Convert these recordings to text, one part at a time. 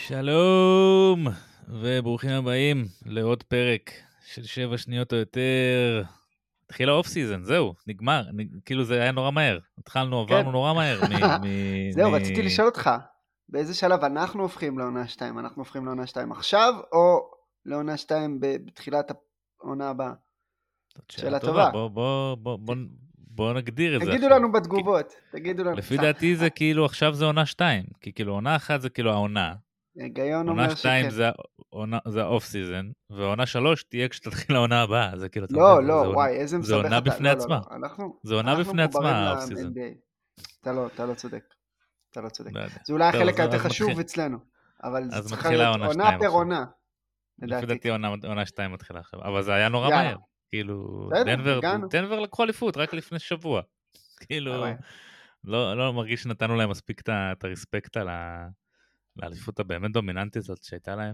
שלום, וברוכים הבאים לעוד פרק של 7 שניות או יותר. התחיל האוף סיזן, זהו, נגמר, כאילו זה היה נורא מהר. התחלנו, כן. עברנו נורא מהר. זהו, רציתי לשאול אותך, באיזה שלב אנחנו הופכים לעונה 2? אנחנו הופכים לעונה 2 עכשיו, או לעונה 2 בתחילת העונה הבאה? זאת שאלה טובה, טובה. בוא נגדיר את זה תגידו עכשיו. לנו בתגובות, תגידו לנו. לפי דעתי זה כאילו, עכשיו זה עונה 2, כי כאילו עונה 1 זה כאילו העונה. היגיון עונה אומר 2 שכן. זה האוף סיזן, ועונה 3 תהיה כשתתחיל העונה הבאה, זה כאילו, אתה לא, מבין, לא, וואי, איזה זה מסבך עונה אתה. בפני לא, לא, עצמה. לא. זה עונה אנחנו בפני עצמה, מחוברים האוף סיזן. ל-NBA. אתה לא צודק. אתה לא צודק. לא יודע. זה אולי טוב, החלק היותר אז חשוב אצלנו, אבל זה אז צריכה מתחילה להיות עונה עונה 2 פר עכשיו. עונה, לפי לדעתי. דעתי עונה 2 מתחילה עכשיו. אבל זה היה נורא יאללה. מהר. כאילו, בסדר, הגענו. דנבר לקחו אליפות רק לפני שבוע. וואי וואי. כאילו, לא מרגיש שנתנו להם מספיק את הרספקט על לאליפות הבאמת דומיננטית הזאת שהייתה להם.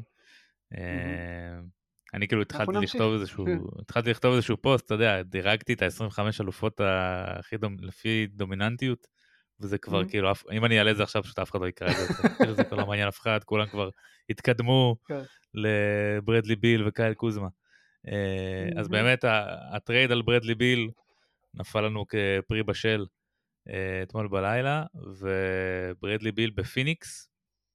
אני כאילו אנחנו התחלתי נמשיך. לכתוב איזשהו פוסט, אתה יודע, דירגתי את ה-25 אלופות לפי דומיננטיות, וזה כבר כאילו, אם אני אעלה את זה עכשיו, פשוט אף אחד לא יקרא את זה יותר. כאילו זה כבר לא מעניין אף אחד, כולם כבר התקדמו לברדלי ביל וקייל קוזמה. אז באמת הטרייד על ברדלי ביל נפל לנו כפרי בשל אתמול בלילה, וברדלי ביל בפיניקס,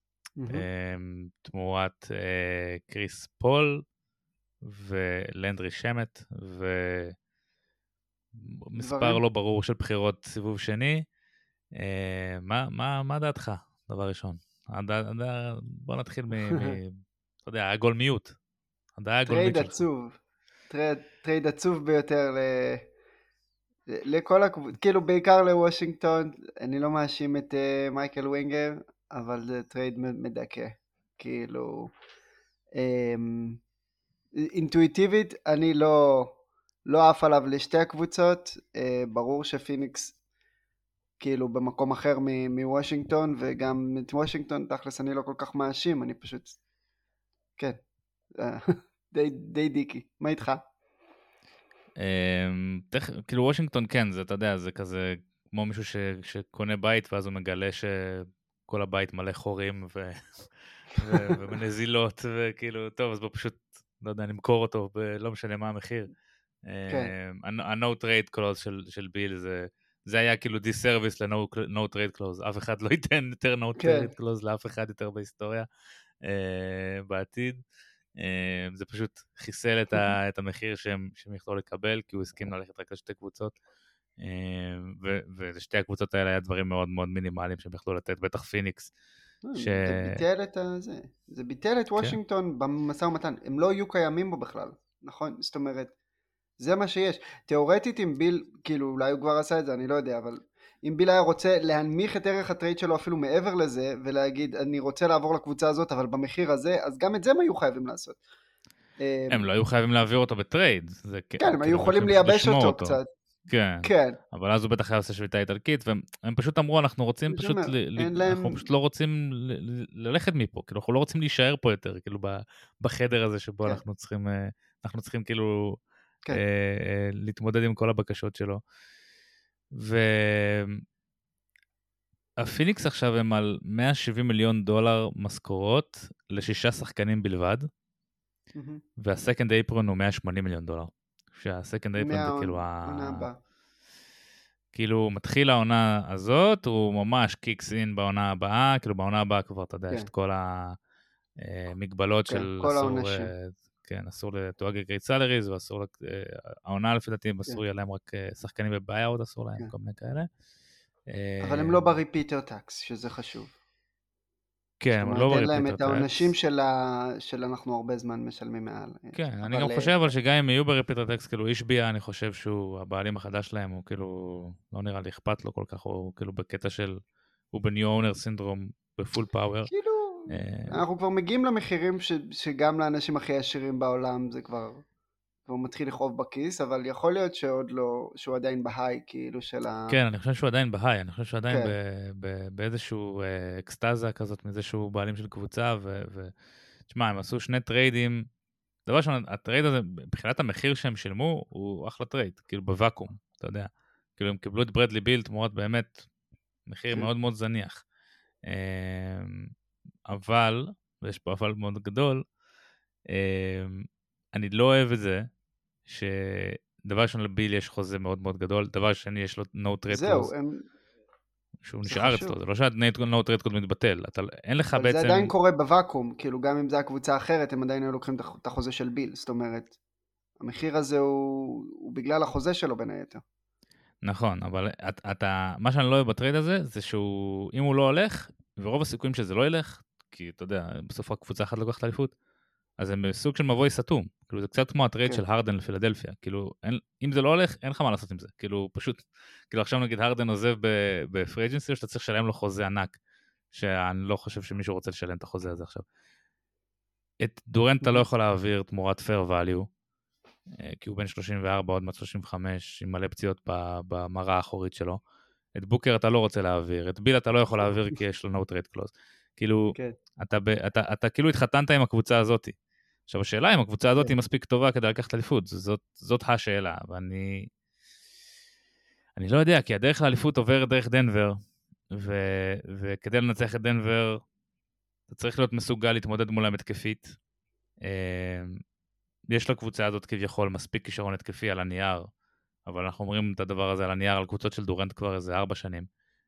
תמורת קריס פול ולנדרי שמט ומספר לא ברור של בחירות סיבוב שני. מה דעתך, דבר ראשון? בוא נתחיל אתה יודע, הגולמיות. הדעה הגולמית טרייד שלך. עצוב. טרייד עצוב ביותר לכל הקבוצות, כאילו בעיקר לוושינגטון. אני לא מאשים את מייקל ווינגר, אבל זה טרייד מדכא. כאילו, אינטואיטיבית, אני לא עף עליו לשתי הקבוצות. ברור שפיניקס כאילו במקום אחר מוושינגטון, וגם את וושינגטון תכלס אני לא כל כך מאשים, אני פשוט, כן, די דיקי. מה איתך? כאילו וושינגטון כן, זה אתה יודע, זה כזה כמו מישהו שקונה בית ואז הוא מגלה שכל הבית מלא חורים ומנזילות, וכאילו טוב, אז בוא פשוט, לא יודע, נמכור אותו, לא משנה מה המחיר. ה-no trade clause של ביל, זה היה כאילו דיסרוויס ל-no trade clause, אף אחד לא ייתן יותר no trade clause לאף אחד יותר בהיסטוריה בעתיד. זה פשוט חיסל את המחיר שהם יכלו לקבל, כי הוא הסכים ללכת רק לשתי קבוצות, ולשתי הקבוצות האלה היה דברים מאוד מאוד מינימליים שהם יכלו לתת, בטח פיניקס. זה ביטל את וושינגטון במשא ומתן, הם לא יהיו קיימים בו בכלל, נכון? זאת אומרת, זה מה שיש. תיאורטית אם ביל, כאילו אולי הוא כבר עשה את זה, אני לא יודע, אבל אם ביל היה רוצה להנמיך את ערך הטרייד שלו אפילו מעבר לזה, ולהגיד אני רוצה לעבור לקבוצה הזאת אבל במחיר הזה, אז גם את זה הם היו חייבים לעשות. הם לא היו חייבים להעביר אותו בטרייד. כן, הם היו יכולים לייבש אותו קצת. כן, אבל אז הוא בטח היה עושה שביתה איטלקית, והם פשוט אמרו, אנחנו פשוט לא רוצים ללכת מפה, כאילו אנחנו לא רוצים להישאר פה יותר, כאילו בחדר הזה שבו אנחנו צריכים כאילו להתמודד עם כל הבקשות שלו. והפיניקס עכשיו הם על $170 מיליון משכורות ל6 שחקנים בלבד, והסקנד אייפרון הוא $180 מיליון. שהסקנד אייפרון זה כאילו כאילו מתחיל העונה הזאת, הוא ממש קיקס אין בעונה הבאה, כאילו בעונה הבאה כבר, אתה יודע, יש את כל המגבלות של אסור לתואג גרייט סלריז, ואסור, העונה לפי דעתי אסור יהיה להם רק שחקנים בביי-אוט, אסור להם כל מיני כאלה. אבל הם לא בריפיטר טקס, שזה חשוב. כן, הם לא בריפיטר טקס. להם את העונשים של אנחנו הרבה זמן משלמים מעל. כן, אני גם חושב אבל שגם אם יהיו בריפיטר טקס, כאילו אישביה, אני חושב שהוא, הבעלים החדש שלהם, הוא כאילו, לא נראה לי אכפת לו כל כך, הוא כאילו בקטע של, הוא בניו אונר סינדרום, בפול פאוור. כאילו, אנחנו כבר מגיעים למחירים שגם לאנשים הכי עשירים בעולם, זה כבר, הוא מתחיל לכאוב בכיס, אבל יכול להיות שעוד לא, שהוא עדיין בהיי, כאילו של כן, אני חושב שהוא עדיין בהיי, אני חושב שהוא עדיין באיזשהו אקסטאזה כזאת, מזה שהוא בעלים של קבוצה, תשמע, הם עשו 2 טריידים, דבר ראשון, הטרייד הזה, מבחינת המחיר שהם שילמו, הוא אחלה טרייד, כאילו בוואקום, אתה יודע. כאילו הם קיבלו את ברדלי ביל תמורת באמת מחיר מאוד מאוד זניח. אבל ויש פה אבל מאוד גדול, אני לא אוהב את זה, שדבר ראשון לביל יש חוזה מאוד מאוד גדול, דבר שני יש לו no trade זהו, clause, שהוא זה נשאר חשוב. אצלו, זה לא שה-no trade clause מתבטל, אין לך אבל זה בעצם... עדיין קורה בוואקום, כאילו גם אם זה הקבוצה אחרת, הם עדיין היו לוקחים את החוזה של ביל, זאת אומרת, המחיר הזה הוא בגלל החוזה שלו בין היתר. נכון, אבל מה שאני לא אוהב בטרייד הזה, זה שהוא, אם הוא לא הולך, ורוב הסיכויים שזה לא ילך, כי אתה יודע, בסוף רק קבוצה אחת לוקחת אליפות, אז הם בסוג של מבוי סתום, כאילו זה קצת כמו הטרייד כן. של הרדן לפילדלפיה, כאילו אם זה לא הולך, אין לך מה לעשות עם זה, כאילו פשוט, כאילו עכשיו נגיד הרדן עוזב בפרי אג'נסי, שאתה צריך לשלם לו חוזה ענק, שאני לא חושב שמישהו רוצה לשלם את החוזה הזה עכשיו. את דורנט אתה לא יכול להעביר תמורת fair value, כי הוא בן 34, עוד מעט 35, עם מלא פציעות במראה האחורית שלו. את בוקר אתה לא רוצה להעביר, את ביל אתה לא יכול להעביר כי יש לו no trade clause. כאילו, כן. אתה כאילו התחתנת עם הקבוצה הזאת. עכשיו השאלה אם הקבוצה הזאת כן. היא מספיק טובה כדי לקחת אליפות, זאת השאלה, אני לא יודע, כי הדרך לאליפות עוברת דרך דנבר, וכדי לנצח את דנבר, אתה צריך להיות מסוגל להתמודד מולם התקפית. יש לקבוצה הזאת כביכול מספיק כישרון התקפי על הנייר, אבל אנחנו אומרים את הדבר הזה על הנייר, על קבוצות של דורנט כבר איזה 4 שנים.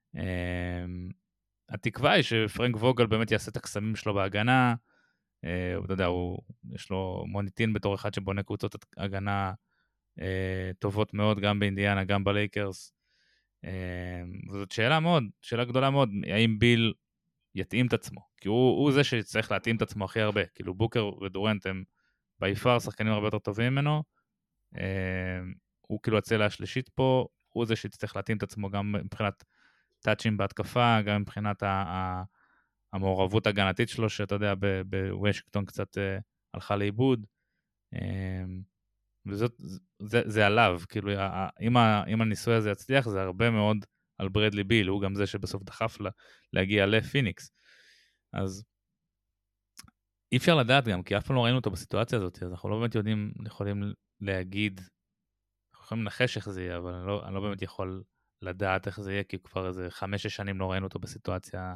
התקווה היא שפרנק ווגל באמת יעשה את הקסמים שלו בהגנה, אתה יודע, יש לו מוניטין בתור אחד שבונה קבוצות הגנה טובות מאוד, גם באינדיאנה, גם בלייקרס. וזאת שאלה גדולה מאוד, האם ביל יתאים את עצמו, כי הוא זה שצריך להתאים את עצמו הכי הרבה, כאילו בוקר ודורנט הם ביפר שחקנים הרבה יותר טובים ממנו, הוא כאילו הצלע השלישית פה, הוא זה שצריך להתאים את עצמו גם מבחינת טאצ'ים בהתקפה, גם מבחינת המעורבות ההגנתית שלו, שאתה יודע, בוושינגטון קצת הלכה לאיבוד, וזה עליו, כאילו, אם הניסוי הזה יצליח, זה הרבה מאוד על ברדלי ביל, הוא גם זה שבסוף דחף להגיע לפיניקס, אז אי אפשר לדעת גם, כי אף פעם לא ראינו אותו בסיטואציה הזאת, אז אנחנו לא באמת יכולים להגיד, אנחנו יכולים לנחש איך זה יהיה, אבל אני לא באמת יכול לדעת איך זה יהיה, כי כבר איזה 5-6 שנים לא ראינו אותו בסיטואציה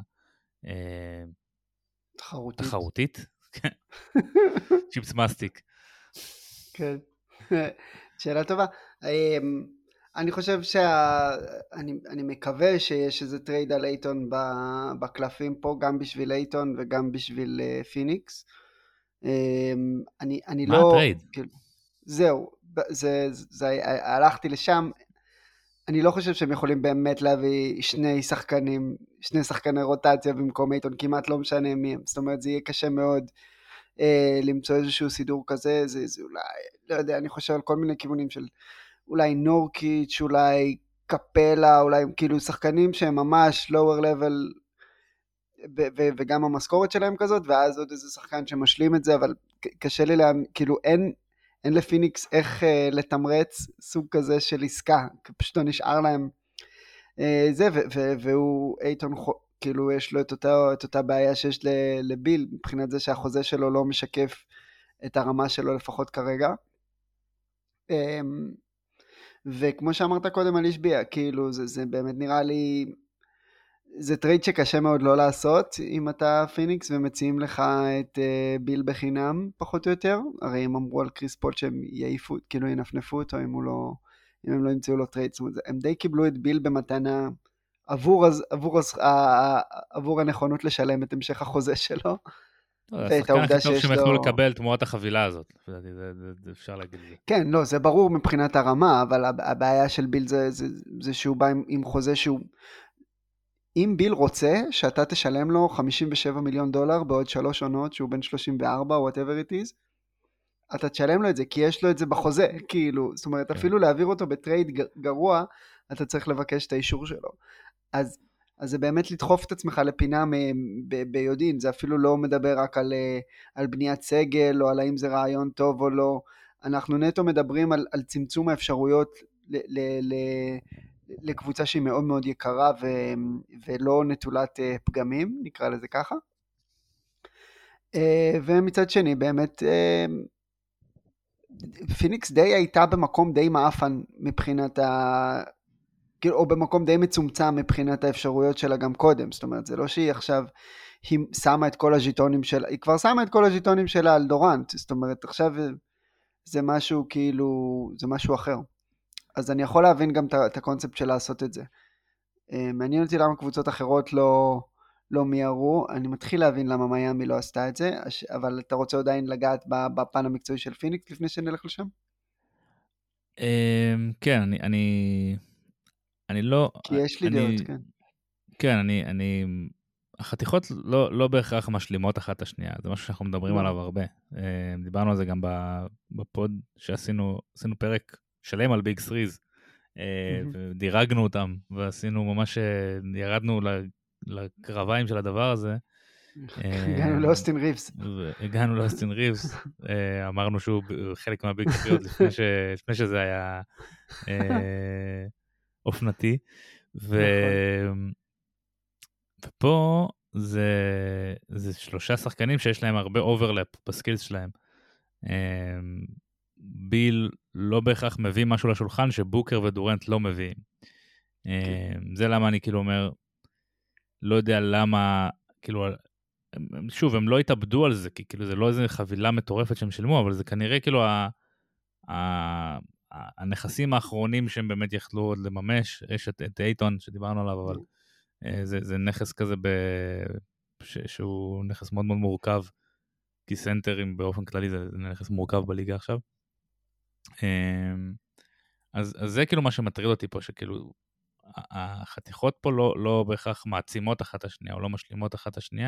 תחרותית. צ'יפס מסטיק. כן, שאלה טובה. אני חושב אני מקווה שיש איזה טרייד על אייטון בקלפים פה, גם בשביל אייטון וגם בשביל פיניקס. אני מה לא... הטרייד? זהו, הלכתי לשם. אני לא חושב שהם יכולים באמת להביא שני שחקני רוטציה במקום אייטון, כמעט לא משנה מי הם. זאת אומרת, זה יהיה קשה מאוד למצוא איזשהו סידור כזה, זה אולי, לא יודע, אני חושב על כל מיני כיוונים של אולי נורקיץ', אולי קפלה, אולי כאילו שחקנים שהם ממש lower level, וגם המשכורת שלהם כזאת, ואז עוד איזה שחקן שמשלים את זה, אבל קשה לי כאילו אין לפיניקס איך לתמרץ סוג כזה של עסקה, פשוט לא נשאר להם זה, והוא אייטון, כאילו יש לו את אותה בעיה שיש לביל, מבחינת זה שהחוזה שלו לא משקף את הרמה שלו לפחות כרגע. וכמו שאמרת קודם על אישביה, כאילו זה באמת נראה לי, זה טרייד שקשה מאוד לא לעשות, אם אתה פיניקס ומציעים לך את ביל בחינם פחות או יותר, הרי הם אמרו על קריס פול שהם יעיפו, כאילו ינפנפו אותו אם הם לא ימצאו לו טרייד, זאת אומרת, הם די קיבלו את ביל במתנה, עבור הנכונות לשלם את המשך החוזה שלו. זה השחקן הכי טוב שהם יכלו לקבל תמורת החבילה הזאת, זה אפשר להגיד את זה. כן, לא, זה ברור מבחינת הרמה, אבל הבעיה של ביל זה שהוא בא עם חוזה שהוא, אם ביל רוצה שאתה תשלם לו $57 מיליון בעוד 3 עונות, שהוא בן 34, whatever it is, אתה תשלם לו את זה, כי יש לו את זה בחוזה, כאילו, זאת אומרת, אפילו להעביר אותו בטרייד גרוע, אתה צריך לבקש את האישור שלו. אז זה באמת לדחוף את עצמך לפינה ביודעין, זה אפילו לא מדבר רק על בניית סגל, או על האם זה רעיון טוב או לא, אנחנו נטו מדברים על צמצום האפשרויות לקבוצה שהיא מאוד מאוד יקרה, ולא נטולת פגמים, נקרא לזה ככה. ומצד שני, באמת, פיניקס די הייתה במקום די מאפן מבחינת או במקום די מצומצם מבחינת האפשרויות שלה גם קודם, זאת אומרת, זה לא שהיא עכשיו היא שמה את כל הז'יטונים שלה, היא כבר שמה את כל הז'יטונים שלה על דורנט, זאת אומרת, עכשיו זה משהו כאילו, זה משהו אחר. אז אני יכול להבין גם את הקונספט של לעשות את זה. מעניין אותי למה קבוצות אחרות לא מיהרו, אני מתחיל להבין למה מיאמי לא עשתה את זה, אבל אתה רוצה עדיין לגעת בפן המקצועי של פיניקס לפני שנלך לשם? כן, אני לא, כי יש לי דעות, כן. כן, החתיכות לא בהכרח משלימות אחת השנייה, זה משהו שאנחנו מדברים עליו הרבה. דיברנו על זה גם בפוד שעשינו פרק שלם על ביג סריז, ודירגנו אותם, ועשינו ממש, ירדנו לקרביים של הדבר הזה. הגענו לאוסטין ריבס. אמרנו שהוא חלק מהביג סריז לפני שזה היה אופנתי, ופה זה 3 שחקנים שיש להם הרבה אוברלאפ בסקילס שלהם. ביל לא בהכרח מביא משהו לשולחן שבוקר ודורנט לא מביאים. זה למה אני כאילו אומר, לא יודע למה, כאילו, שוב, הם לא התאבדו על זה, כי כאילו זה לא איזה חבילה מטורפת שהם שילמו, אבל זה כנראה כאילו הנכסים האחרונים שהם באמת יכלו עוד לממש. יש את אייטון שדיברנו עליו, אבל זה נכס כזה שהוא נכס מאוד מאוד מורכב, כי סנטרים באופן כללי זה נכס מורכב בליגה עכשיו. אז זה כאילו מה שמטריד אותי פה, שכאילו החתיכות פה לא בהכרח מעצימות אחת השנייה, או לא משלימות אחת השנייה.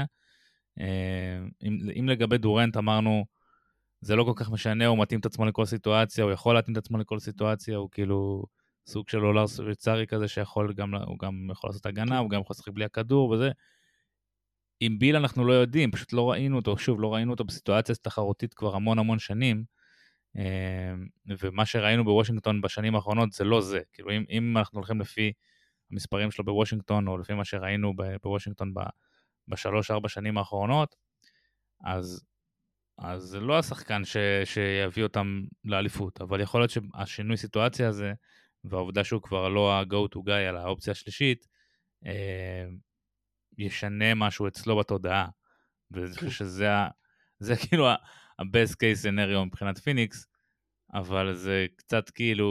אם לגבי דורנט אמרנו, זה לא כל כך משנה, הוא מתאים את עצמו לכל סיטואציה, הוא יכול להתאים את עצמו לכל סיטואציה, הוא כאילו סוג של אולר שוויצרי כזה, הוא גם יכול לעשות הגנה, הוא גם יכול לשחק בלי הכדור וזה. עם ביל אנחנו לא יודעים, פשוט לא ראינו אותו, שוב, לא ראינו אותו בסיטואציה תחרותית כבר המון שנים, ומה שראינו בוושינגטון בשנים האחרונות זה לא זה. כאילו אם אנחנו הולכים לפי המספרים שלו בוושינגטון, או לפי מה שראינו בוושינגטון ב3-4 שנים האחרונות, אז זה לא השחקן שיביא אותם לאליפות, אבל יכול להיות שהשינוי סיטואציה הזה, והעובדה שהוא כבר לא ה-go to guy על האופציה השלישית, ישנה משהו אצלו בתודעה, ואני חושב שזה כאילו ה-best case scenario מבחינת פיניקס, אבל זה קצת כאילו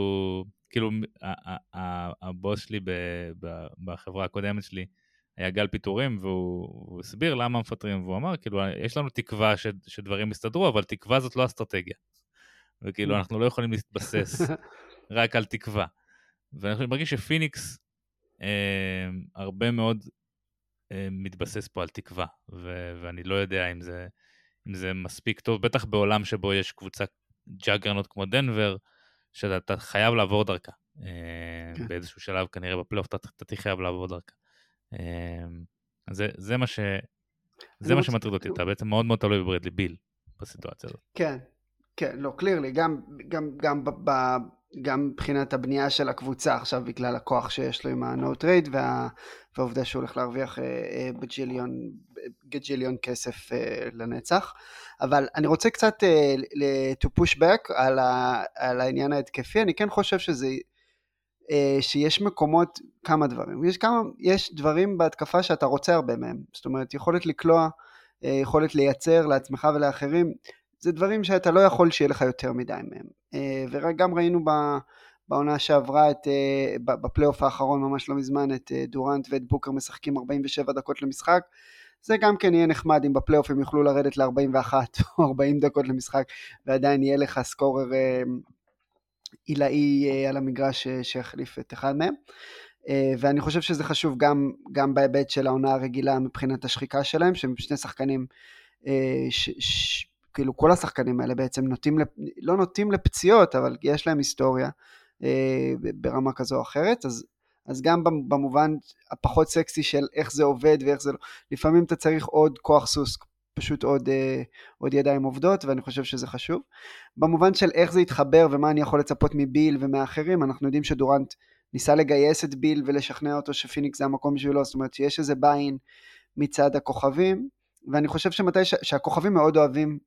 הבוס שלי בחברה הקודמת שלי, היה גל פיטורים, והוא הסביר למה מפטרים, והוא אמר, כאילו, יש לנו תקווה שדברים יסתדרו, אבל תקווה זאת לא אסטרטגיה. וכאילו, אנחנו לא יכולים להתבסס רק על תקווה. ואני מרגיש שפיניקס הרבה מאוד מתבסס פה על תקווה, ואני לא יודע אם זה מספיק טוב, בטח בעולם שבו יש קבוצה ג'אגרנות כמו דנבר, שאתה חייב לעבור דרכה. באיזשהו שלב, כנראה בפלייאוף, אתה תחייב לעבור דרכה. זה מה שמטריד אותי, אתה בעצם מאוד מאוד תלוי בברדלי ביל בסיטואציה הזאת. כן, לא, קלירלי, גם מבחינת הבנייה של הקבוצה עכשיו, בגלל הכוח שיש לו עם ה-no trade, והעובדה שהוא הולך להרוויח ג'יליון כסף לנצח. אבל אני רוצה קצת to push back על העניין ההתקפי. אני כן חושב שיש מקומות, כמה דברים. יש דברים בהתקפה שאתה רוצה הרבה מהם. זאת אומרת, יכולת לקלוע, יכולת לייצר לעצמך ולאחרים, זה דברים שאתה לא יכול שיהיה לך יותר מדי מהם. וגם ראינו בעונה שעברה, בפלייאוף האחרון ממש לא מזמן, את דורנט ואת בוקר משחקים 47 דקות למשחק. זה גם כן יהיה נחמד אם בפלייאוף הם יוכלו לרדת ל-41 או 40 דקות למשחק, ועדיין יהיה לך סקורר עילאי על המגרש שהחליף את אחד מהם. ואני חושב שזה חשוב גם בהיבט של העונה הרגילה מבחינת השחיקה שלהם, שהם שני שחקנים כאילו כל השחקנים האלה בעצם לא נוטים לפציעות, אבל יש להם היסטוריה ברמה כזו או אחרת, אז גם במובן הפחות סקסי של איך זה עובד ואיך זה לא, לפעמים אתה צריך עוד כוח סוס, פשוט עוד ידיים עובדות, ואני חושב שזה חשוב. במובן של איך זה יתחבר ומה אני יכול לצפות מביל ומאחרים, אנחנו יודעים שדורנט ניסה לגייס את ביל ולשכנע אותו שפיניקס זה המקום בשבילו, זאת אומרת שיש איזה ביין מצד הכוכבים, ואני חושב שהכוכבים מאוד אוהבים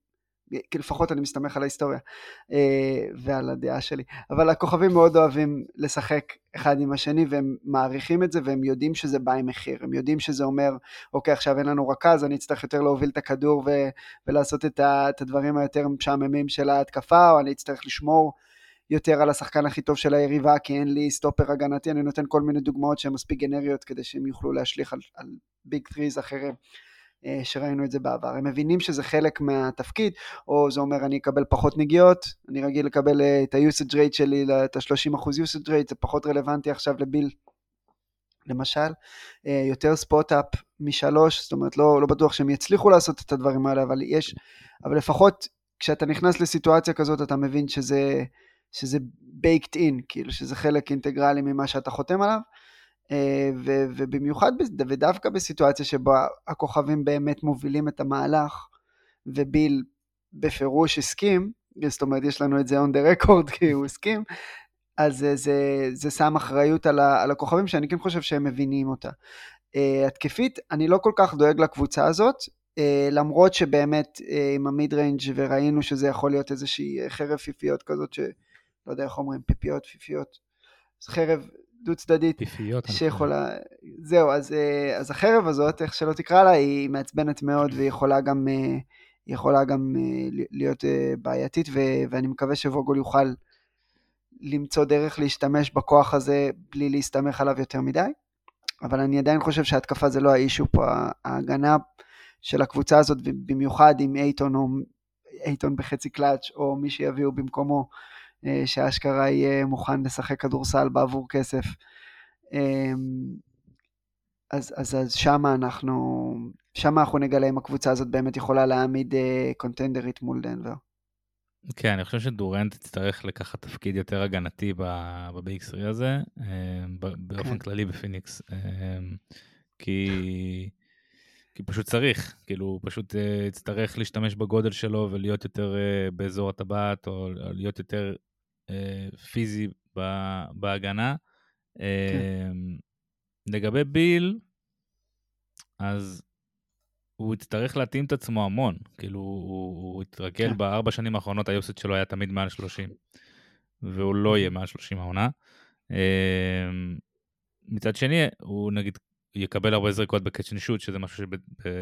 כי לפחות אני מסתמך על ההיסטוריה ועל הדעה שלי, אבל הכוכבים מאוד אוהבים לשחק אחד עם השני, והם מעריכים את זה, והם יודעים שזה בא עם מחיר, הם יודעים שזה אומר, אוקיי, עכשיו אין לנו רכז, אני אצטרך יותר להוביל את הכדור ולעשות את הדברים היותר משעממים של ההתקפה, או אני אצטרך לשמור יותר על השחקן הכי טוב של היריבה, כי אין לי סטופר הגנתי, אני נותן כל מיני דוגמאות שהן מספיק גנריות, כדי שהם יוכלו להשליך על ביג טריז אחרים, שראינו את זה בעבר. הם מבינים שזה חלק מהתפקיד, או זה אומר אני אקבל פחות נגיעות, אני רגיל לקבל את ה-usage rate שלי, את ה-30% usage rate, זה פחות רלוונטי עכשיו לביל, למשל, יותר ספוט-אפ משלוש, זאת אומרת לא בטוח שהם יצליחו לעשות את הדברים האלה, אבל לפחות כשאתה נכנס לסיטואציה כזאת, אתה מבין שזה baked in, כאילו שזה חלק אינטגרלי ממה שאתה חותם עליו, ובמיוחד ודווקא בסיטואציה שבה הכוכבים באמת מובילים את המהלך, וביל בפירוש הסכים, זאת אומרת יש לנו את זה on the record כי הוא הסכים, אז זה שם אחריות על הכוכבים שאני כן חושב שהם מבינים אותה. התקפית, אני לא כל כך דואג לקבוצה הזאת, למרות שבאמת עם המיד ריינג' וראינו שזה יכול להיות איזושהי חרב פיפיות כזאת, שלא יודע איך אומרים, פיפיות, חרב דו צדדית, שיכולה, זהו, אז החרב הזאת, איך שלא תקרא לה, היא מעצבנת מאוד, והיא יכולה גם להיות בעייתית, ואני מקווה שווגול יוכל למצוא דרך להשתמש בכוח הזה, בלי להסתמך עליו יותר מדי, אבל אני עדיין חושב שההתקפה זה לא האישו פה, ההגנה של הקבוצה הזאת, במיוחד עם אייטון בחצי קלאץ', או מי שיביאו במקומו, שהאשכרה יהיה מוכן לשחק כדורסל בעבור כסף, אז שמה אנחנו נגלה אם הקבוצה הזאת באמת יכולה להעמיד קונטנדרית מול דנבר. כן, אני חושב שדורנט יצטרך לקחת תפקיד יותר הגנתי ב-BX3 הזה, באופן כללי בפיניקס, כי פשוט צריך, כאילו פשוט יצטרך להשתמש בגודל שלו ולהיות יותר באזור הטבעת, או להיות יותר פיזי בהגנה. לגבי ביל, אז הוא יצטרך להתאים את עצמו המון, כאילו הוא התרגל ב4 שנים האחרונות, היוסט שלו היה תמיד מעל 30, והוא לא יהיה מעל 30 העונה. מצד שני, הוא נגיד יקבל הרבה זריקות בקאצ' אנד שוט, שזה משהו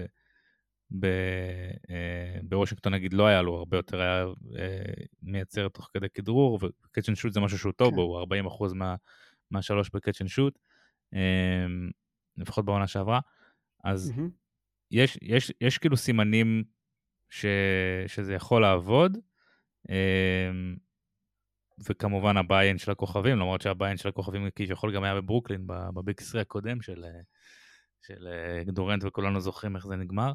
שבוושינגטון נגיד לא היה לו, הרבה יותר היה מייצר תוך כדי כדרור, וקאצ' אנד שוט זה משהו שהוא טוב בו, הוא 40% מהשלוש בקאצ' אנד שוט, לפחות בעונה שעברה, אז יש כאילו סימנים שזה יכול לעבוד, וכמובן הביין של הכוכבים, למרות שהביין של הכוכבים כביכול גם היה בברוקלין, בביג 3 הקודם של דורנט, וכולנו זוכרים איך זה נגמר.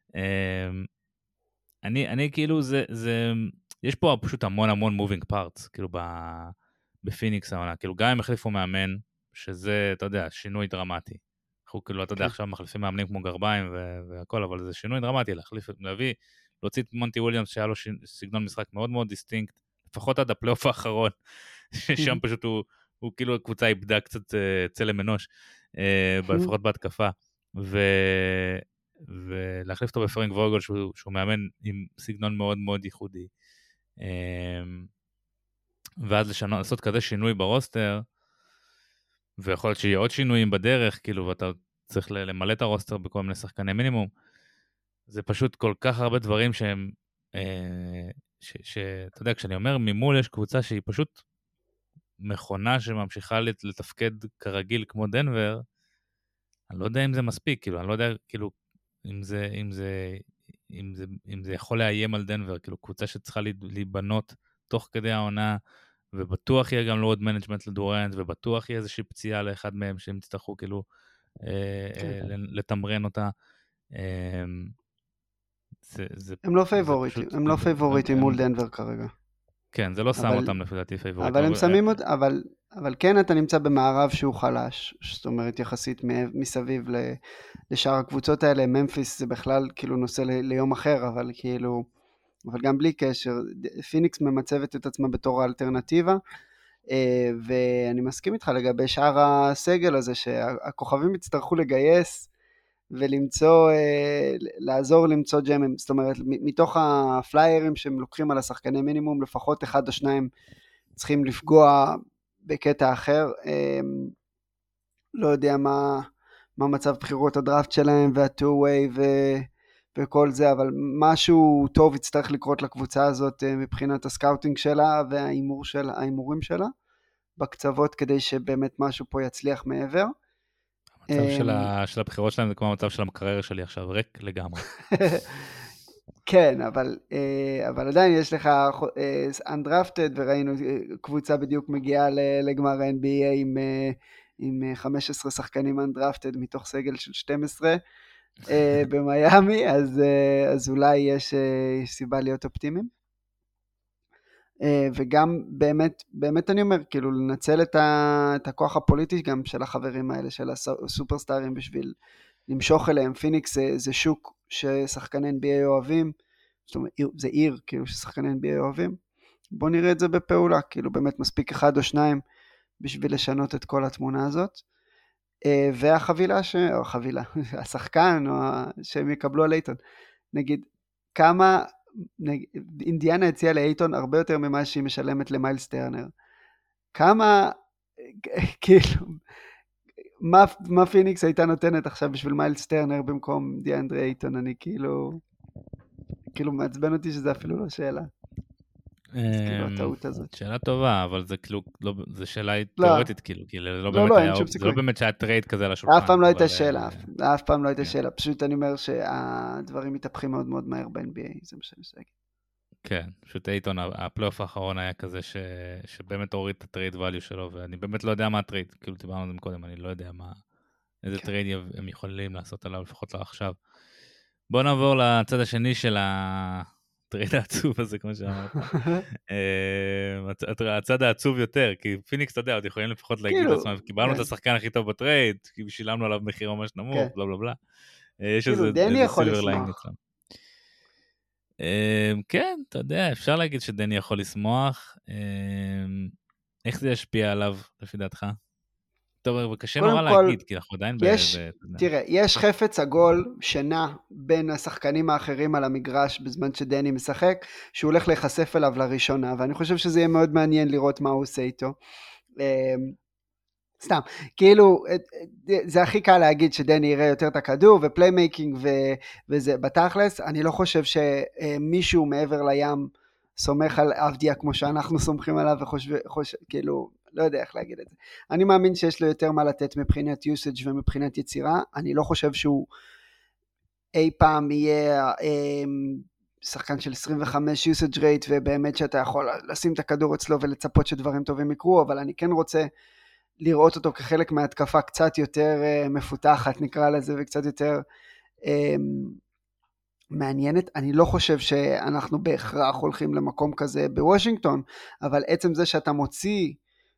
אני כאילו, יש פה פשוט המון moving parts, כאילו בפיניקס העונה, כאילו גם הם החליפו מאמן, שזה, אתה יודע, שינוי דרמטי. אנחנו כאילו, אתה יודע, עכשיו מחליפים מאמנים כמו גרביים והכל, אבל זה שינוי דרמטי, להוציא את מונטי וויליאמס, שהיה לו סגנון משחק מאוד מאוד דיסטינקט, לפחות עד הפלייאוף האחרון, ששם פשוט הוא כאילו הקבוצה איבדה קצת צלם אנוש, לפחות בהתקפה, ולהחליף אותו בפרנק ווגל, שהוא מאמן עם סגנון מאוד מאוד ייחודי, ואז לעשות כזה שינוי ברוסטר, ויכול להיות שיהיה עוד שינויים בדרך, כאילו, ואתה צריך למלא את הרוסטר בכל מיני שחקני מינימום, זה פשוט כל כך הרבה דברים שהם, שאתה יודע, כשאני אומר ממול יש קבוצה שהיא פשוט מכונה שממשיכה לתפקד כרגיל כמו דנבר, אני לא יודע אם זה מספיק, כאילו, אני לא יודע, כאילו, אם זה יכול לאיים על דנבר, כאילו, קבוצה שצריכה להיבנות תוך כדי העונה, ובטוח יהיה גם לואוד מנג'מנט לדורנט, ובטוח יהיה איזושהי פציעה לאחד מהם, שהם יצטרכו כאילו לתמרן אותה. הם לא פייבוריטים מול דנבר כרגע. כן, זה לא שם אותם לפי דעתי פייבוריטים. אבל הם שמים אותם, אבל כן אתה נמצא במערב שהוא חלש, זאת אומרת יחסית מסביב לשאר הקבוצות האלה, ממפיס זה בכלל כאילו נושא ליום אחר, אבל כאילו, אבל גם בלי קשר, פיניקס ממצבת את עצמה בתור האלטרנטיבה, ואני מסכים איתך לגבי שאר הסגל הזה, שהכוכבים יצטרכו לגייס, ולמצוא, לעזור למצוא ג'מים, זאת אומרת, מתוך הפליירים שהם לוקחים על השחקני מינימום, לפחות אחד או שניים צריכים לפגוע בקטע אחר, לא יודע מה מצב בחירות הדראפט שלהם, וה-2-way וכל זה, אבל משהו טוב יצטרך לקרות לקבוצה הזאת, מבחינת הסקאוטינג שלה, והאימורים שלה, בקצוות, כדי שבאמת משהו פה יצליח מעבר. המצב של הבחירות שלהם זה כמו המצב של המקרר שלי עכשיו, ריק לגמרי. כן, אבל עדיין יש לך undrafted, וראינו קבוצה בדיוק מגיעה לגמר ה-NBA עם 15 שחקנים undrafted מתוך סגל של 12 במיימי, אז אולי יש סיבה להיות אופטימיים. וגם באמת אני אומר, כאילו לנצל את הכוח הפוליטי גם של החברים האלה, של הסופרסטארים, בשביל למשוך אליהם. פיניקס זה שוק ששחקני NBA אוהבים, זאת אומרת, זה עיר כאילו ששחקני NBA אוהבים, בוא נראה את זה בפעולה, כאילו באמת מספיק אחד או שניים בשביל לשנות את כל התמונה הזאת, והחבילה, או החבילה, השחקן, או שהם יקבלו על אייטון, נגיד, כמה, אינדיאנה הציעה לאייטון הרבה יותר ממה שהיא משלמת למיילס טרנר, כמה, כאילו, מה פיניקס הייתה נותנת עכשיו בשביל מיילס טרנר במקום דיאנדרי אייטון? אני כאילו מעצבן אותי שזה אפילו לא שאלה. אז כאילו הטעות הזאת. שאלה טובה, אבל זה כאילו, זה שאלה תיאורטית, כאילו, זה לא באמת שהיה טרייד כזה על השולחן. אף פעם לא הייתה שאלה, אף פעם לא הייתה שאלה, פשוט אני אומר שהדברים מתהפכים מאוד מאוד מהר ב-NBA, זה מה שאני רוצה להגיד. כן, פשוט אייטון, הפלייאוף האחרון היה כזה שבאמת הוריד את הטרייד ואליו שלו, ואני באמת לא יודע מה הטרייד, כאילו דיברנו על זה מקודם, אני לא יודע איזה טרייד הם יכולים לעשות עליו, לפחות לא עכשיו. בוא נעבור לצד השני של הטרייד העצוב הזה, כמו שאמרת. הצד העצוב יותר, כי פיניקס, אתה יודע, עוד יכולים לפחות להגיד לעצמם, קיבלנו את השחקן הכי טוב בטרייד, כי שילמנו עליו מחיר ממש נמוך, בלה בלה בלה. יש איזה סילבר ליין אצלם. כן, אתה יודע, אפשר להגיד שדני יכול לשמוח. איך זה ישפיע עליו, לפי דעתך? טוב, קשה נורא להגיד, כי אנחנו עדיין תראה, יש חפץ עגול שנע בין השחקנים האחרים על המגרש בזמן שדני משחק, שהוא הולך להיחשף אליו לראשונה, ואני חושב שזה יהיה מאוד מעניין לראות מה הוא עושה איתו. סתם, כאילו, זה הכי קל להגיד שדני יראה יותר את הכדור, ופליימייקינג וזה בתכלס, אני לא חושב שמישהו מעבר לים סומך על אבדיה כמו שאנחנו סומכים עליו, וחושב, כאילו, לא יודע איך להגיד את זה. אני מאמין שיש לו יותר מה לתת מבחינת usage ומבחינת יצירה, אני לא חושב שהוא אי פעם יהיה שחקן של 25 usage rate, ובאמת שאתה יכול לשים את הכדור אצלו ולצפות שדברים טובים יקרו, אבל אני כן רוצה לראות אותו כחלק מההתקפה קצת יותר מפותחת, נקרא לזה, וקצת יותר מעניינת. אני לא חושב שאנחנו בהכרח הולכים למקום כזה בוושינגטון, אבל עצם זה שאתה מוציא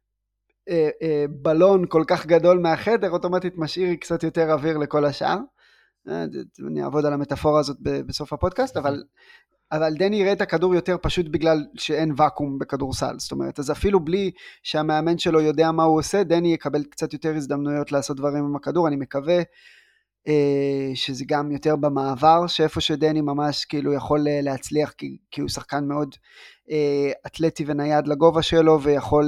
בלון כל כך גדול מהחדר, אוטומטית משאיר קצת יותר אוויר לכל השאר. אני אעבוד על המטאפורה הזאת בסוף הפודקאסט, אבל דני יראה את הכדור יותר פשוט בגלל שאין וקום בכדורסל, זאת אומרת, אז אפילו בלי שהמאמן שלו יודע מה הוא עושה, דני יקבל קצת יותר הזדמנויות לעשות דברים עם הכדור. אני מקווה שזה גם יותר במעבר, שאיפה שדני ממש כאילו יכול להצליח, כי הוא שחקן מאוד אתלטי ונייד לגובה שלו, ויכול,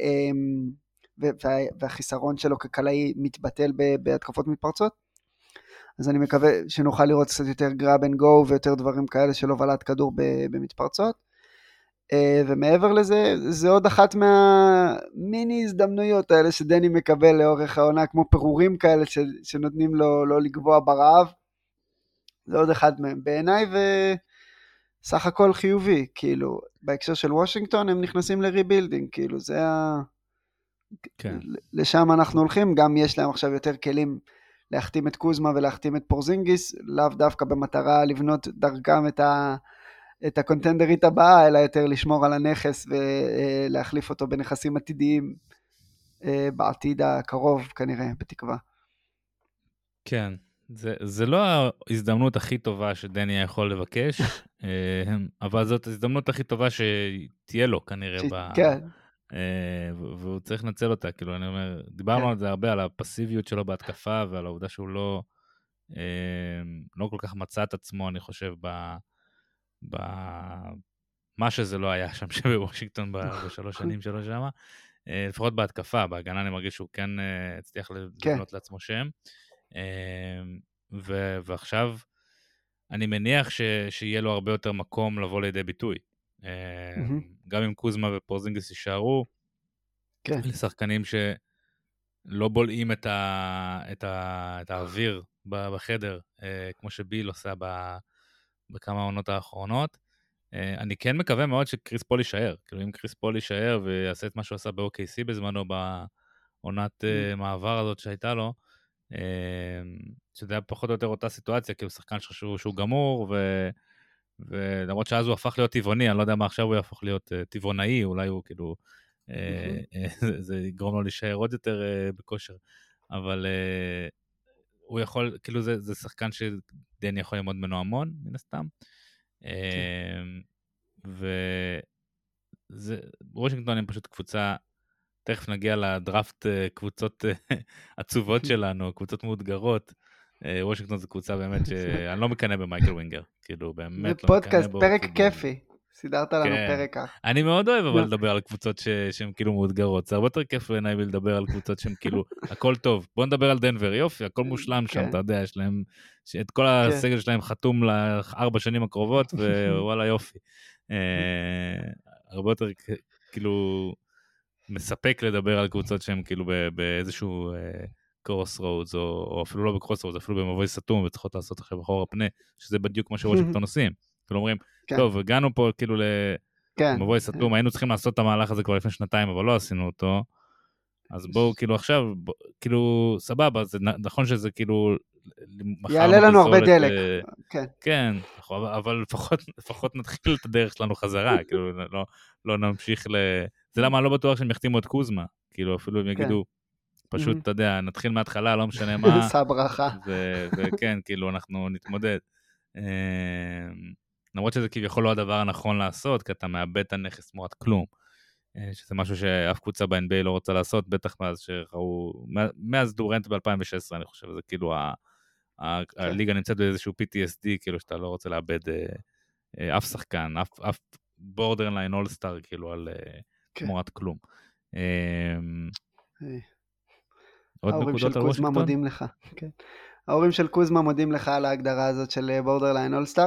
והחיסרון שלו כקלעי מתבטל בהתקפות מתפרצות. אז אני מקווה שנוכל לראות קצת יותר grab and go ויותר דברים כאלה של הובלת כדור במתפרצות. ומעבר לזה, זה עוד אחת מהמיני הזדמנויות האלה שדני מקבל לאורך העונה, כמו פירורים כאלה שנותנים לו לא לגבוע ברעב. זה עוד אחד מהם בעיניי, וסך הכל חיובי, כאילו, בהקשר של וושינגטון הם נכנסים לריבילדינג, כאילו זה כן. לשם אנחנו הולכים, גם יש להם עכשיו יותר כלים להחתים את קוזמה ולהחתים את פורזינגיס, לאו דווקא במטרה לבנות דרכם את הקונטנדרית הבאה, אלא יותר לשמור על הנכס ולהחליף אותו בנכסים עתידיים בעתיד הקרוב כנראה, בתקווה. כן, זה לא ההזדמנות הכי טובה שדני יכול לבקש, אבל זאת ההזדמנות הכי טובה שתהיה לו כנראה כן. והוא צריך לנצל אותה, כאילו אני אומר, דיברנו על זה הרבה, על הפסיביות שלו בהתקפה, ועל העובדה שהוא לא לא כל כך מצא את עצמו, אני חושב, מה שזה לא היה שם שבוושינגטון בשלוש שנים שלו שמה, לפחות בהתקפה, בהגנה אני מרגיש שהוא כן הצליח כן. לבנות לעצמו שם, ועכשיו אני מניח שיהיה לו הרבה יותר מקום לבוא לידי ביטוי. גם אם קוזמה ופורזינגיס יישארו, כן. אלה שחקנים שלא בולעים את האוויר בחדר, כמו שביל עושה בכמה העונות האחרונות. אני כן מקווה מאוד שקריס פול יישאר. כאילו אם קריס פול יישאר ויעשה את מה שהוא עשה ב-OKC בזמנו, בעונת מעבר הזאת שהייתה לו, שזה היה פחות או יותר אותה סיטואציה, כאילו שחקן שחשוב שהוא גמור, ולמרות שאז הוא הפך להיות טבעוני, אני לא יודע מה עכשיו הוא יהפוך להיות טבעונאי, אולי הוא כאילו, זה יגרום לו להישאר עוד יותר בכושר, אבל הוא יכול, כאילו זה שחקן שדני יכול ללמוד ממנו המון, מן הסתם, וושינגטון הם פשוט קבוצה, תכף נגיע לדראפט קבוצות עצובות שלנו, קבוצות מאותגרות. וושינגטון זו קבוצה באמת שאני לא מקנא במייקל ווינגר, כאילו באמת לא מקנא בפודקאסט, בו. פרק כיפי, סידרת לנו פרק כך. אני מאוד אוהב אבל לדבר על קבוצות שהן כאילו מאותגרות, זה הרבה יותר כיף בעיניי לדבר על קבוצות שהן כאילו, הכל טוב, בוא נדבר על דנבר, יופי, הכל מושלם שם, אתה יודע, יש להם, את כל הסגל שלהם חתום ל4 שנים הקרובות, ווואלה יופי. הרבה יותר כאילו מספק לדבר על קבוצות שהן כאילו באיזשהו קרוס רודס, או אפילו לא בקרוס רודס, אפילו במבוי סתום, וצריכות לעשות עכשיו אחורה פנה, שזה בדיוק מה שוושינגטון עושים. כאילו אומרים, טוב, הגענו פה כאילו למבוי סתום, היינו צריכים לעשות את המהלך הזה כבר לפני 2 אבל לא עשינו אותו, אז בואו כאילו עכשיו, כאילו סבבה, זה נכון שזה כאילו, יעלה לנו הרבה דלק. כן, אבל לפחות נתחיל את הדרך שלנו חזרה, כאילו לא נמשיך זה למה אני לא בטוח שהם יחתימו את קוזמה, כאילו אפילו הם יגידו, פשוט, אתה יודע, נתחיל מההתחלה, לא משנה מה. שא ברכה. וכן, כאילו, אנחנו נתמודד. למרות שזה כביכול לא הדבר הנכון לעשות, כי אתה מאבד את הנכס תמורת כלום. שזה משהו שאף קבוצה ב-NBA לא רוצה לעשות, בטח מאז דורנט ב-2016, אני חושב, זה כאילו, הליגה נמצאת באיזשהו PTSD, כאילו, שאתה לא רוצה לאבד אף שחקן, אף בורדרליין אולסטאר, כאילו, על תמורת כלום. ההורים של קוזמה מודים לך. ההורים של קוזמה מודים לך על ההגדרה הזאת של בורדרליין אולסטאר.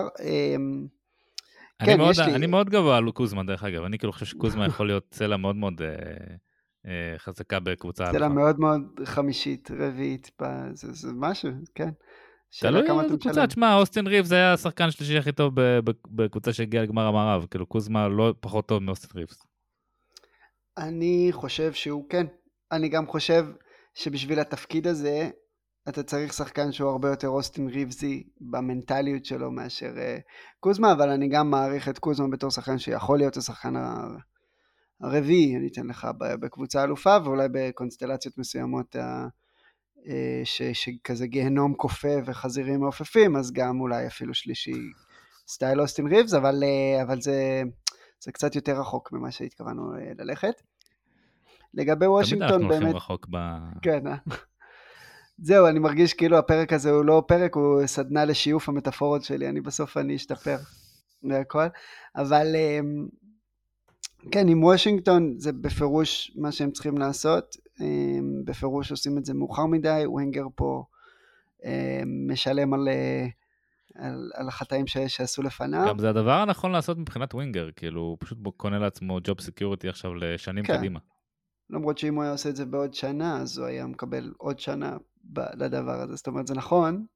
אני מאוד גבוה על קוזמה, דרך אגב. אני כאילו חושב שקוזמה יכול להיות צלע מאוד מאוד חזקה בקבוצה אלפא. צלע מאוד מאוד חמישית, רביעית, זה משהו, כן. תלוי איזה קבוצה, תשמע, אוסטין ריבס היה השחקן שלישי הכי טוב בקבוצה שהגיעה לגמר המערב. כאילו קוזמה לא פחות טוב מאוסטין ריבס. אני חושב שהוא כן. אני גם חושב שבשביל התפקיד הזה, אתה צריך שחקן שהוא הרבה יותר אוסטין ריבסי במנטליות שלו מאשר קוזמה, אבל אני גם מעריך את קוזמה בתור שחקן שיכול להיות השחקן הרביעי, אני אתן לך בקבוצה אלופה, ואולי בקונסטלציות מסוימות שכזה גיהנום קופה וחזירים מעופפים, אז גם אולי אפילו שלישי סטייל אוסטין ריבס, אבל זה קצת יותר רחוק ממה שהתכוונו ללכת. לגבי וושינגטון באמת... תמיד אנחנו הולכים רחוק כן, זהו, אני מרגיש כאילו הפרק הזה הוא לא פרק, הוא סדנה לשיוף המטאפורות שלי, בסוף אני אשתפר מהכל, אבל כן, עם וושינגטון זה בפירוש מה שהם צריכים לעשות, בפירוש עושים את זה מאוחר מדי, ווינגר פה משלם על החטאים שעשו לפניו. גם זה הדבר הנכון לעשות מבחינת ווינגר, כאילו הוא פשוט קונה לעצמו ג'וב סקיוריטי עכשיו לשנים קדימה. למרות שאם הוא היה עושה את זה בעוד שנה, אז הוא היה מקבל עוד שנה לדבר הזה, זאת אומרת זה נכון,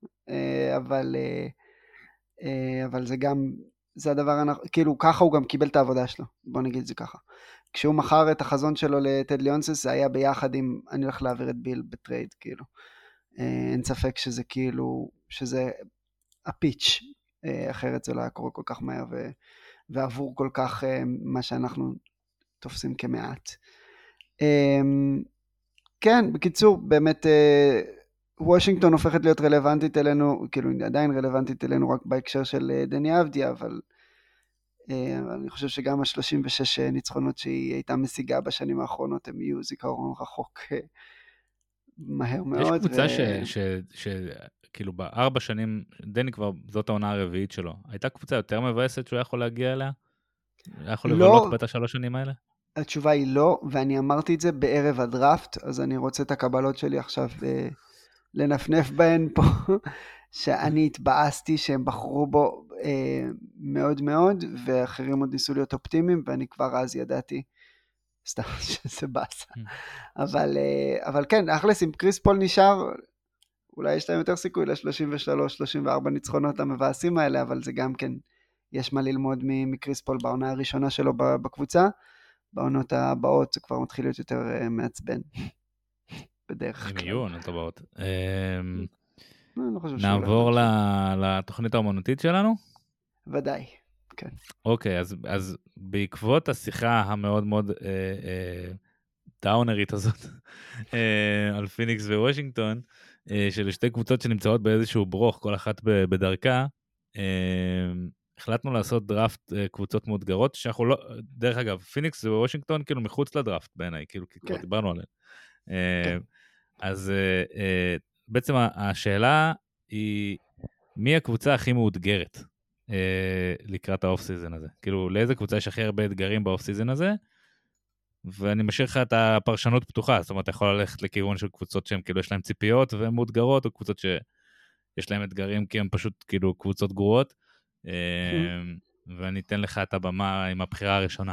אבל זה גם, זה הדבר הנכון, כאילו ככה הוא גם קיבל את העבודה שלו, בוא נגיד זה ככה. כשהוא מכר את החזון שלו לטד ליונסס, זה היה ביחד עם, אני הולך להעביר את ביל בטרייד, כאילו. אין ספק שזה כאילו, שזה הפיץ', אחרת זה לא היה קורה כל כך מהר, ועבור כל כך מה שאנחנו תופסים כמעט. כן, בקיצור, באמת וושינגטון הופכת להיות רלוונטית אלינו, כאילו עדיין רלוונטית אלינו רק בהקשר של דני אבדיה, אבל אני חושב שגם ה-36 ניצחונות שהיא הייתה משיגה בשנים האחרונות, הם יהיו זיכרון רחוק מהר מאוד. יש קבוצה כאילו ב4 שנים, דני כבר, זאת העונה הרביעית שלו, הייתה קבוצה יותר מבאסת שהוא יכול להגיע אליה? היה יכול לבלות לא, בת ה3 שנים האלה? התשובה היא לא, ואני אמרתי את זה בערב הדראפט, אז אני רוצה את הקבלות שלי עכשיו לנפנף בהן פה, שאני התבאסתי שהם בחרו בו מאוד מאוד, ואחרים עוד ניסו להיות אופטימיים, ואני כבר אז ידעתי, סתם שזה באסה. אבל כן, אכלס, אם קריס פול נשאר, אולי יש להם יותר סיכוי ל-33-34 ניצחונות המבאסים האלה, אבל זה גם כן, יש מה ללמוד מקריס פול בעונה הראשונה שלו בקבוצה, בעונות הבאות זה כבר מתחיל להיות יותר מעצבן, בדרך כלל. אם יהיו עונות הבאות. אני לא חושב שהוא הולך נעבור להמשיך. לתוכנית האומנותית שלנו? ודאי, כן. אוקיי, אז בעקבות השיחה המאוד מאוד דאונרית הזאת על פיניקס ווושינגטון, של שתי קבוצות שנמצאות באיזשהו ברוך, כל אחת בדרכה, החלטנו לעשות דראפט קבוצות מאותגרות, שאנחנו לא, דרך אגב, פיניקס ווושינגטון כאילו מחוץ לדראפט בעיניי, כאילו כבר דיברנו עליהם. אז בעצם השאלה היא, מי הקבוצה הכי מאותגרת לקראת האוף סיזן הזה? כאילו, לאיזה קבוצה יש הכי הרבה אתגרים באוף סיזן הזה? ואני משאיר לך את הפרשנות פתוחה, זאת אומרת, אתה יכול ללכת לכיוון של קבוצות שהן כאילו יש להן ציפיות והן מאותגרות, או קבוצות שיש להן אתגרים כי הן פשוט כאילו קבוצות גרועות, ואני אתן לך את הבמה עם הבחירה הראשונה.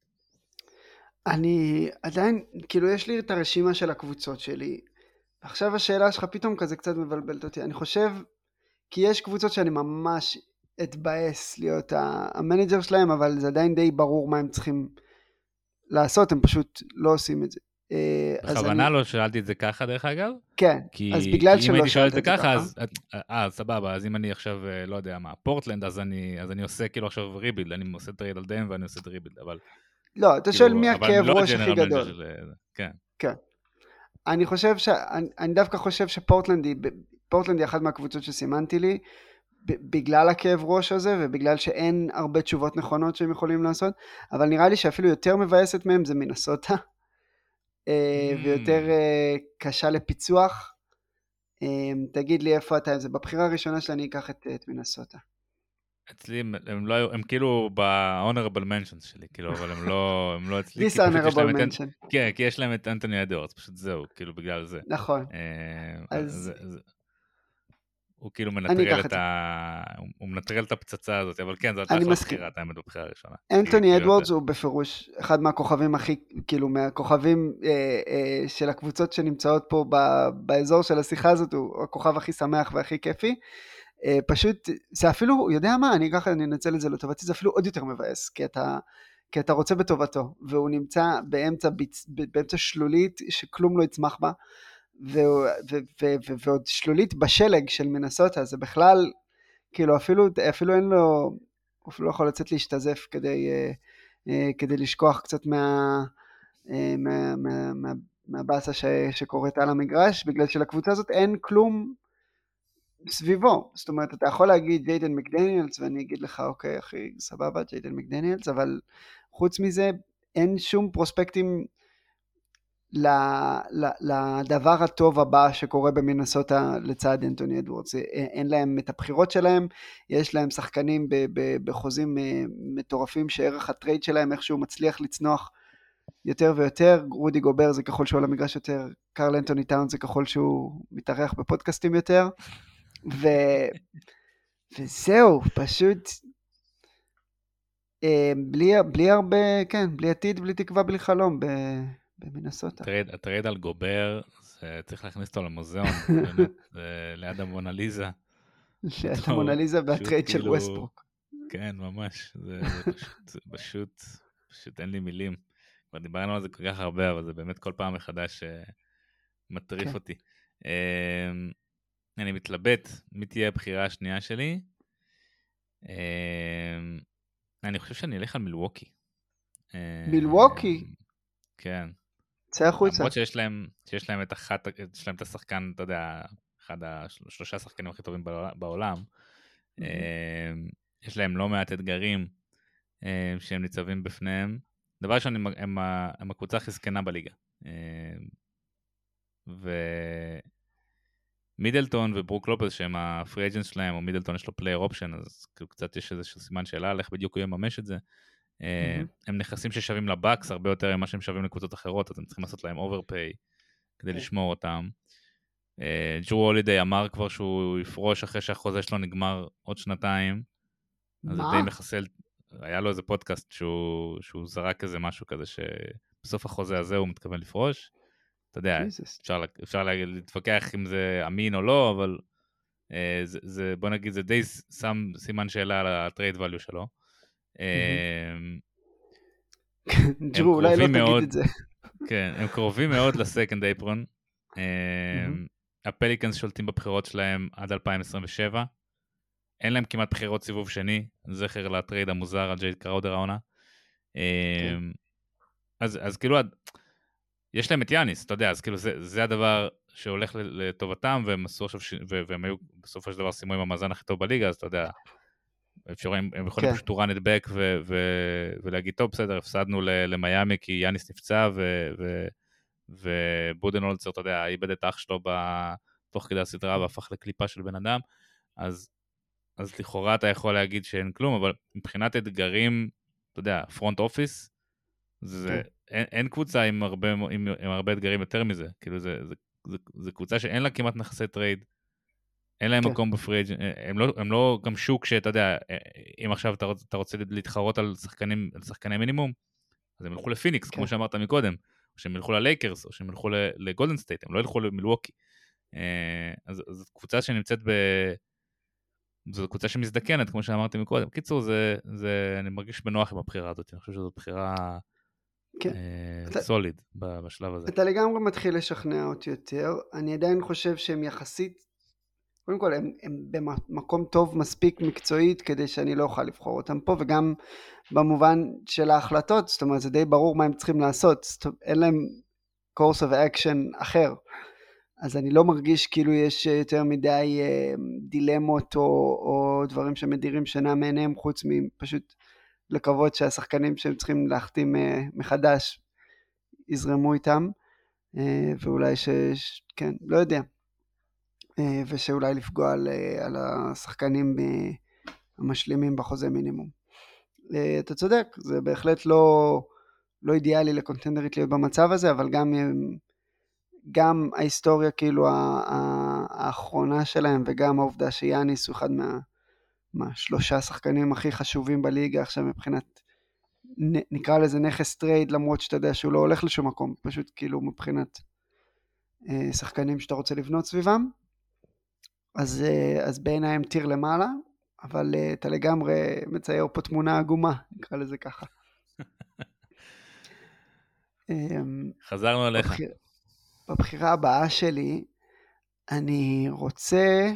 אני עדיין, כאילו יש לי את הרשימה של הקבוצות שלי, עכשיו השאלה שלך פתאום כזה קצת מבלבלת אותי, אני חושב, כי יש קבוצות שאני ממש אתבאס להיות המנג'ר שלהם, אבל זה עדיין די ברור מה הם צריכים לעשות, הם פשוט לא עושים את זה. בכוונה לא שאלתי את זה ככה דרך אגב? כן, אז בגלל שלא שאלת את זה ככה. אז סבבה, אז אם אני עכשיו, לא יודע מה, פורטלנד, אז אני עושה כאילו עכשיו ריבילד, אני עושה טרייד על דם ואני עושה ריבילד, אבל... לא, אתה שואל מי הכאב ראש הכי גדול. כן. כן. אני דווקא חושב שפורטלנד היא אחת מהקבוצות שסימנתי לי, בגלל הכאב ראש הזה, ובגלל שאין הרבה תשובות נכונות שהם יכולים לעשות, אבל נראה לי שאפילו יותר מבאסת מהם זה מינסוטה, ויותר קשה לפיצוח. תגיד לי איפה אתה, זה בבחירה הראשונה שלי אני אקח את מינסוטה. אצלי הם כאילו ב-honorable mentions שלי, כאילו, אבל הם לא אצלי. This honorable mention. כן, כי יש להם את אנטוני אדוארדס, פשוט זהו, כאילו בגלל זה. נכון. אז... הוא כאילו מנטרל את הפצצה הזאת, אבל כן, זו הייתה אחלה בחירה, אתה האמת בבחירה הראשונה. אנטוני אדוארדס הוא בפירוש אחד מהכוכבים הכי, כאילו מהכוכבים של הקבוצות שנמצאות פה באזור של השיחה הזאת, הוא הכוכב הכי שמח והכי כיפי. פשוט, זה אפילו, יודע מה, אני אנצל את זה לטובתי, זה אפילו עוד יותר מבאס, כי אתה רוצה בטובתו, והוא נמצא באמצע שלולית שכלום לא יצמח בה, ועוד שלולית בשלג של מינסוטה, זה בכלל, כאילו אפילו אין לו, הוא אפילו לא יכול לצאת להשתזף כדי לשכוח קצת מהבאסה שקורית על המגרש, בגלל שלקבוצה הזאת אין כלום סביבו, זאת אומרת, אתה יכול להגיד ג'יידן מקדניאלס, ואני אגיד לך, אוקיי, אחי, סבבה, ג'יידן מקדניאלס, אבל חוץ מזה, אין שום פרוספקטים לדבר הטוב הבא שקורה במינסוטה לצד אנטוני אדוארדס. אין להם את הבחירות שלהם, יש להם שחקנים בחוזים מטורפים, שערך הטרייד שלהם איכשהו מצליח לצנוח יותר ויותר. רודי גובר זה ככל שהוא על המגרש יותר, קרל אנטוני טאון זה ככל שהוא מתארח בפודקאסטים יותר, וזהו, פשוט בלי הרבה, כן, בלי עתיד, בלי תקווה, בלי חלום במינסוטה. הטרייד על גובר, צריך להכניס אותו למוזיאון, באמת, ליד המונליזה. ליד המונליזה והטרייד של ווסטברוק. כן, ממש, זה פשוט אין לי מילים. כבר דיברנו על זה כל כך הרבה, אבל זה באמת כל פעם מחדש מטריף אותי. אני מתלבט, מי תהיה הבחירה השנייה שלי? אני חושב שאני אלך על מילווקי. מילווקי? כן. צא החוצה. למרות שיש להם את השחקן, אתה יודע, אחד השלושה שחקנים הכי טובים בעולם, יש להם לא מעט אתגרים שהם ניצבים בפניהם. דבר ראשון, הם הקבוצה הכי זקנה בליגה. מידלטון וברוק לופז שהם הפרי אג'נט שלהם, או מידלטון יש לו פלייר אופשן, אז כאילו קצת יש איזשהו סימן שאלה על איך בדיוק הוא יממש את זה. הם נכסים ששווים לבאקס הרבה יותר ממה שהם שווים לקבוצות אחרות, אז הם צריכים לעשות להם אוברפיי כדי לשמור אותם. ג'רו הולידיי אמר כבר שהוא יפרוש אחרי שהחוזה שלו נגמר עוד 2 אז זה די מחסל, היה לו איזה פודקאסט שהוא זרק איזה משהו כזה שבסוף החוזה הזה הוא מתכוון לפרוש. אתה יודע, אפשר להתווכח אם זה אמין או לא, אבל בוא נגיד זה די שם סימן שאלה על הטרייד ואליו שלו. ג'רו, אולי לא תגיד את זה. כן, הם קרובים מאוד לסקנד אייפרון. הפליקנס שולטים בבחירות שלהם עד 2027. אין להם כמעט בחירות סיבוב שני, זכר לטרייד המוזר על ג'ייד קראודר העונה. אז כאילו, יש להם את יאניס, אתה יודע, אז כאילו זה הדבר שהולך לטובתם, והם היו בסופו של דבר סיימו עם המאזן הכי טוב בליגה, אז אתה יודע, הם יכולים פשוט to run it back ולהגיד, טוב, בסדר, הפסדנו למיימי כי יאניס נפצע, ובודנהולצר, אתה יודע, איבד את אח שלו תוך כדי הסדרה והפך לקליפה של בן אדם, אז לכאורה אתה יכול להגיד שאין כלום, אבל מבחינת אתגרים, אתה יודע, פרונט אופיס, אין קבוצה עם הרבה אתגרים יותר מזה, כאילו זה קבוצה שאין לה כמעט נכסי טרייד, אין להם מקום בפריג', הם לא גם שוק שאתה יודע, אם עכשיו אתה רוצה להתחרות על שחקני מינימום, אז הם ילכו לפיניקס, כמו שאמרת מקודם, או שהם ילכו ללייקרס, או שהם ילכו לגולדן סטייט, הם לא ילכו למילווקי. אז זו קבוצה שנמצאת זו קבוצה שמזדקנת, כמו שאמרתי מקודם. קיצור, אני מרגיש בנוח עם הבחירה הזאת, אני חושב שזו בחירה סוליד בשלב הזה. אתה לגמרי מתחיל לשכנע אותי יותר, אני עדיין חושב שהם יחסית, קודם כל הם במקום טוב מספיק מקצועית, כדי שאני לא אוכל לבחור אותם פה, וגם במובן של ההחלטות, זאת אומרת זה די ברור מה הם צריכים לעשות, אין להם course of action אחר, אז אני לא מרגיש כאילו יש יותר מדי דילמות או דברים שמדירים שינה מעיניהם, חוץ מפשוט לקוות שהשחקנים שהם צריכים להחתים מחדש יזרמו איתם, ואולי כן, לא יודע, ושאולי לפגוע על השחקנים המשלימים בחוזה מינימום. אתה צודק, זה בהחלט לא אידיאלי לקונטנדרית להיות במצב הזה, אבל גם ההיסטוריה כאילו האחרונה שלהם, וגם העובדה שיאניס הוא אחד מהשלושה שחקנים הכי חשובים בליגה, עכשיו מבחינת, נקרא לזה נכס טרייד, למרות שאתה יודע שהוא לא הולך לשום מקום, פשוט כאילו מבחינת שחקנים שאתה רוצה לבנות סביבם, אז בעיניי הם טיר למעלה, אבל אתה לגמרי מצייר פה תמונה עגומה, נקרא לזה ככה. חזרנו עליך. בבחירה הבאה שלי, אני רוצה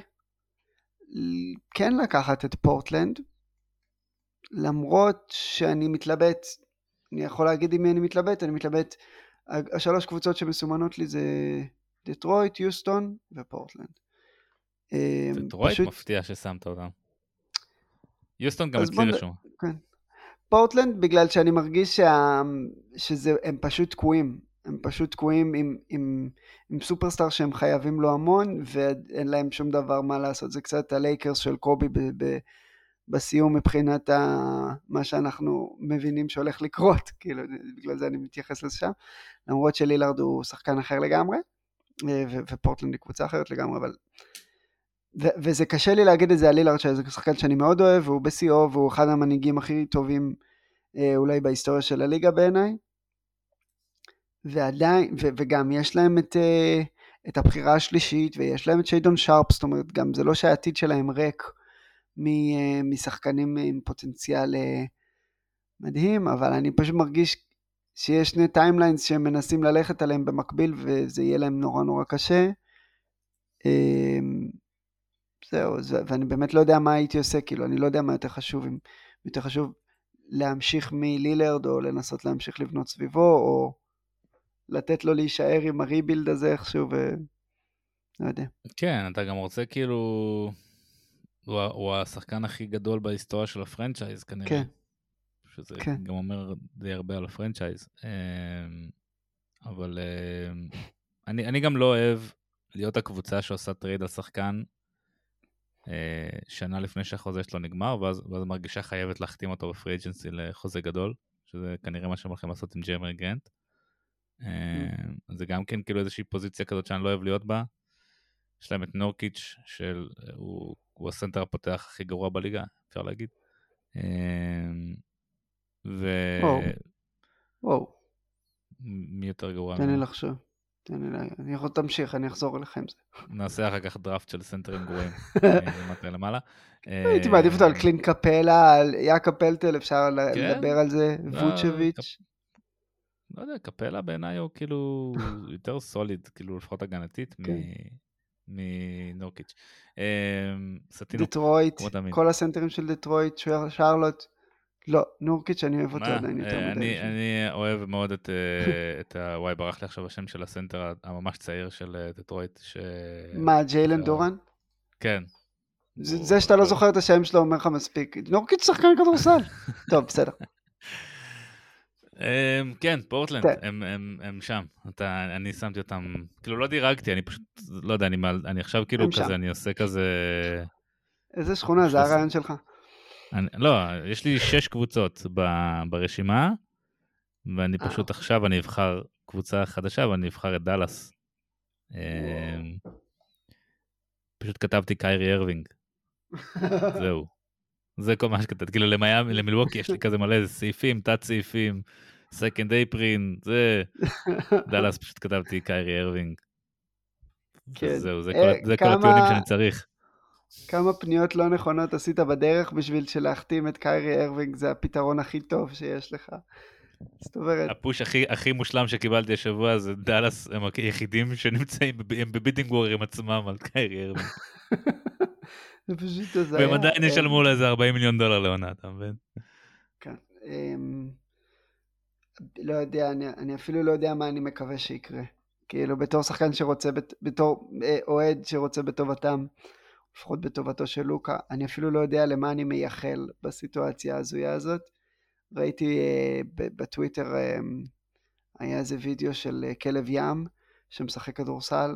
כן לקחת את פורטלנד, למרות שאני מתלבט, אני יכול להגיד עם מי אני מתלבט, השלוש קבוצות שמסומנות לי זה דטרויט, יוסטון ופורטלנד. דטרויט מפתיע ששמת אותם. יוסטון גם אצלי רשום. כן. פורטלנד בגלל שאני מרגיש שהם פשוט תקועים. הם פשוט תקועים עם סופרסטאר שהם חייבים לו המון, ואין להם שום דבר מה לעשות. זה קצת הלייקרס של קובי בסיום מבחינת מה שאנחנו מבינים שהולך לקרות, כאילו, בגלל זה אני מתייחס לשם. למרות שלילארד הוא שחקן אחר לגמרי, ופורטלנד היא קבוצה אחרת לגמרי, אבל... וזה קשה לי להגיד את זה על לילארד, שזה שחקן שאני מאוד אוהב, והוא בסיום, והוא אחד המנהיגים הכי טובים אולי בהיסטוריה של הליגה בעיניי. ועדיין, וגם יש להם את הבחירה השלישית, ויש להם את שיידון שרפ, זאת אומרת, גם זה לא שהעתיד שלהם ריק משחקנים עם פוטנציאל מדהים, אבל אני פשוט מרגיש שיש שני טיימליינס שהם מנסים ללכת עליהם במקביל, וזה יהיה להם נורא נורא קשה. זהו, ואני באמת לא יודע מה הייתי עושה, כאילו, אני לא יודע מה יותר חשוב, אם יותר חשוב להמשיך מלילרד, או לנסות להמשיך לבנות סביבו, או לתת לו להישאר עם הריבילד הזה איכשהו, לא יודע. כן, אתה גם רוצה כאילו, הוא השחקן הכי גדול בהיסטוריה של הפרנצ'ייז כנראה. כן. שזה גם אומר די הרבה על הפרנצ'ייז. אבל אני גם לא אוהב להיות הקבוצה שעושה טרייד על שחקן, שנה לפני שהחוזה שלו נגמר, ואז מרגישה חייבת להחתים אותו בפרי אג'נסי לחוזה גדול, שזה כנראה מה שהם הולכים לעשות עם ג'יימרי גרנט. זה גם כן כאילו איזושהי פוזיציה כזאת שאני לא אוהב להיות בה. יש להם את נורקיץ' הוא הסנטר הפותח הכי גרוע בליגה, אפשר להגיד. וואו. מי יותר גרוע? תן לי לחשוב. אני יכול תמשיך, אני אחזור אליך עם זה. נעשה אחר כך דראפט של סנטרים גרועים. למטה למעלה. הייתי מעדיף אותו על קלין קפלה, על יאקה פלטל, אפשר לדבר על זה, ווצ'ביץ'. לא יודע, קפלה בעיניי הוא כאילו יותר סוליד, כאילו לפחות הגנתית מנורקיץ'. דטרויט, כל הסנטרים של דטרויט, שרלוט. לא, נורקיץ' אני אוהב אותו עדיין יותר מדי. אני אוהב מאוד את וואי, ברח לי עכשיו השם של הסנטר הממש צעיר של דטרויט. מה, ג'יילן דורן? כן. זה שאתה לא זוכר את השם שלו אומר לך מספיק. נורקיץ' שחקן כדורסל. טוב, בסדר. כן, פורטלנד, הם שם. אני שמתי אותם, כאילו לא דירגתי, אני פשוט, לא יודע, אני עכשיו כאילו כזה, אני עושה כזה... איזה שכונה, זה הרעיון שלך? לא, יש לי 6 קבוצות ברשימה, ואני פשוט עכשיו אני אבחר קבוצה חדשה, ואני אבחר את דלס. פשוט כתבתי קיירי ארווינג. זהו. זה כל מה שכתבתי. כאילו למילווקי יש לי כזה מלא סעיפים, תת סעיפים, סקנד אייפרין, זה... דלס פשוט כתבתי קיירי ארווינג. זהו, זה כל הטיעונים שאני צריך. כמה פניות לא נכונות עשית בדרך בשביל שלהחתים את קיירי ארווינג, זה הפתרון הכי טוב שיש לך. זאת אומרת... הפוש הכי מושלם שקיבלתי השבוע זה דלס, הם היחידים שנמצאים, הם בבידינג ווררים עצמם על קיירי ארווינג. זה פשוט הזיה. והם עדיין ישלמו לה איזה $40 מיליון לעונה, אתה מבין? כן. לא יודע, אני אפילו לא יודע מה אני מקווה שיקרה. כאילו בתור שחקן שרוצה, בתור אוהד שרוצה בטובתם, לפחות בטובתו של לוקה, אני אפילו לא יודע למה אני מייחל בסיטואציה הזויה הזאת. ראיתי בטוויטר, היה איזה וידאו של כלב ים, שמשחק כדורסל,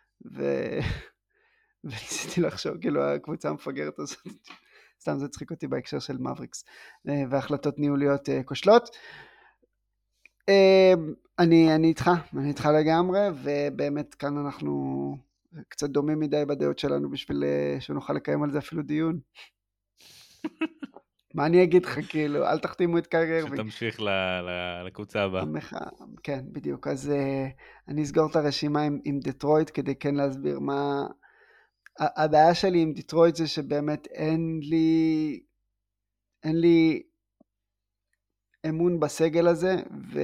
וניסיתי לחשוב, כאילו הקבוצה המפגרת הזאת, סתם זה צחיק אותי בהקשר של מבריקס, והחלטות ניהוליות כושלות. אני איתך לגמרי, ובאמת כאן אנחנו קצת דומים מדי בדעות שלנו, בשביל שנוכל לקיים על זה אפילו דיון. מה אני אגיד לך, כאילו, אל תחתימו את קיירי ארווינג. שתמשיך לקבוצה הבאה. כן, בדיוק. אז אני אסגור את הרשימה עם דטרויט, כדי כן להסביר מה... הבעיה שלי עם דטרויט זה שבאמת אין לי אמון בסגל הזה,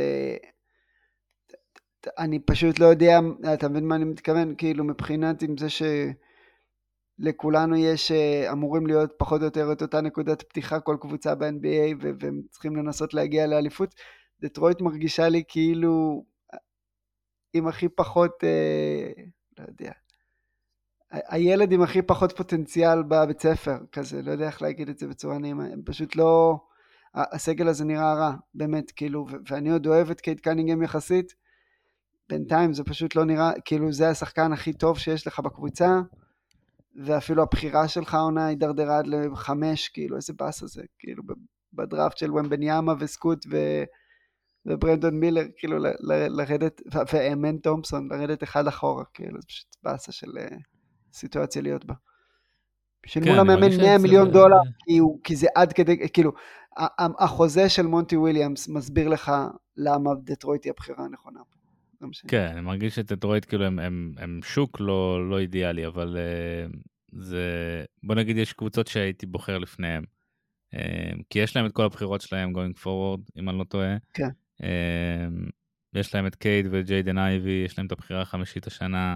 ואני פשוט לא יודע, אתה מבין מה אני מתכוון? כאילו מבחינת עם זה שלכולנו יש, אמורים להיות פחות או יותר את אותה נקודת פתיחה, כל קבוצה ב-NBA, והם צריכים לנסות להגיע לאליפות. דטרויט מרגישה לי כאילו עם הכי פחות, לא יודע, הילד עם הכי פחות פוטנציאל בבית ספר, כזה, לא יודע איך להגיד את זה בצורה נעימה, הם פשוט לא, הסגל הזה נראה רע, באמת, כאילו, ואני עוד אוהב את קייט קנינגהם יחסית, בינתיים זה פשוט לא נראה, כאילו זה השחקן הכי טוב שיש לך בקבוצה, ואפילו הבחירה שלך עונה הידרדרה עד ל5, כאילו איזה באס הזה, כאילו בדראפט של ומבניאמה וסקוט וברנדון מילר, כאילו לרדת, ואמן תומפסון, לרדת אחד אחורה, כאילו זה פשוט באסה של סיטואציה להיות בה. שילמו למאמן $100 מיליון, כי זה עד כדי, כאילו, החוזה של מונטי וויליאמס מסביר לך למה דטרויט היא הבחירה הנכונה. כן, אני מרגיש שדטרויט כאילו הם שוק לא אידיאלי, אבל זה, בוא נגיד יש קבוצות שהייתי בוחר לפניהם, כי יש להם את כל הבחירות שלהם going forward, אם אני לא טועה. כן. יש להם את קייד וג'יידן אייבי, יש להם את הבחירה החמישית השנה,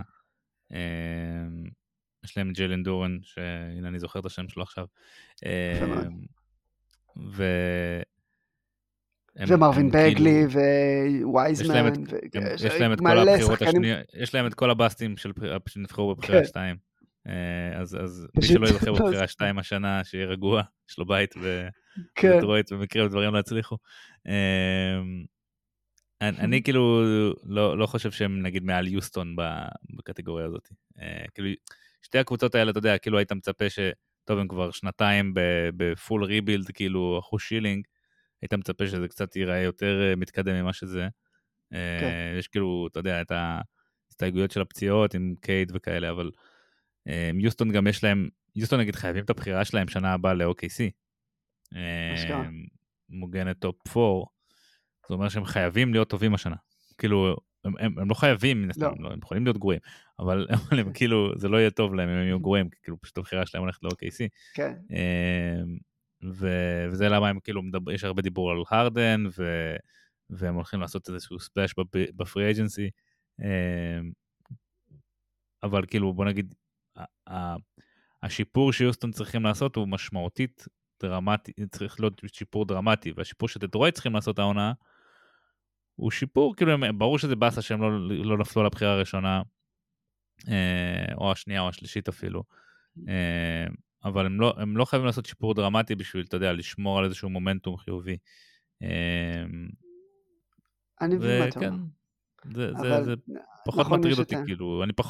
יש להם את ג'יילן דורן, שהנה אני זוכר את השם שלו עכשיו. ומרווין בגלי ווייזמן. יש להם את כל הבאסטים שנבחרו בבחירה 2. אז מי שלא יבחר בבחירה 2 השנה, שיהיה רגוע, יש לו בית ודטרויט, במקרה דברים לא הצליחו. אני כאילו לא חושב שהם נגיד מעל יוסטון בקטגוריה הזאת. כאילו, שתי הקבוצות האלה, אתה יודע, כאילו היית מצפה טוב, הם כבר שנתיים בפול ריבילד, כאילו, אחוז שילינג, היית מצפה שזה קצת ייראה יותר מתקדם ממה שזה. יש כאילו, אתה יודע, את ההסתייגויות של הפציעות עם קייד וכאלה, אבל יוסטון גם יש להם, יוסטון נגיד חייבים את הבחירה שלהם שנה הבאה ל-OKC. מוגנת טופ 4, זאת אומרת שהם חייבים להיות טובים השנה. כאילו, הם לא חייבים, הם יכולים להיות גרועים, אבל הם כאילו, זה לא יהיה טוב להם אם הם יהיו גרועים, כאילו פשוט הבחירה שלהם הולכת ל-OKC. כן. וזה למה הם כאילו, יש הרבה דיבור על הרדן, והם הולכים לעשות איזשהו ספלאש בפרי אג'נסי, אבל כאילו, בוא נגיד, השיפור שיוסטון צריכים לעשות הוא משמעותית דרמטי, צריך להיות שיפור דרמטי, והשיפור שדטרויט צריכים לעשות העונה, הוא שיפור, כאילו, ברור שזה באסה שהם לא נפלו על הבחירה הראשונה, או השנייה או השלישית אפילו, אבל הם לא חייבים לעשות שיפור דרמטי בשביל, אתה יודע, לשמור על איזשהו מומנטום חיובי. אני מבין מה אתה אומר. זה פחות מטריד אותי, כאילו, אני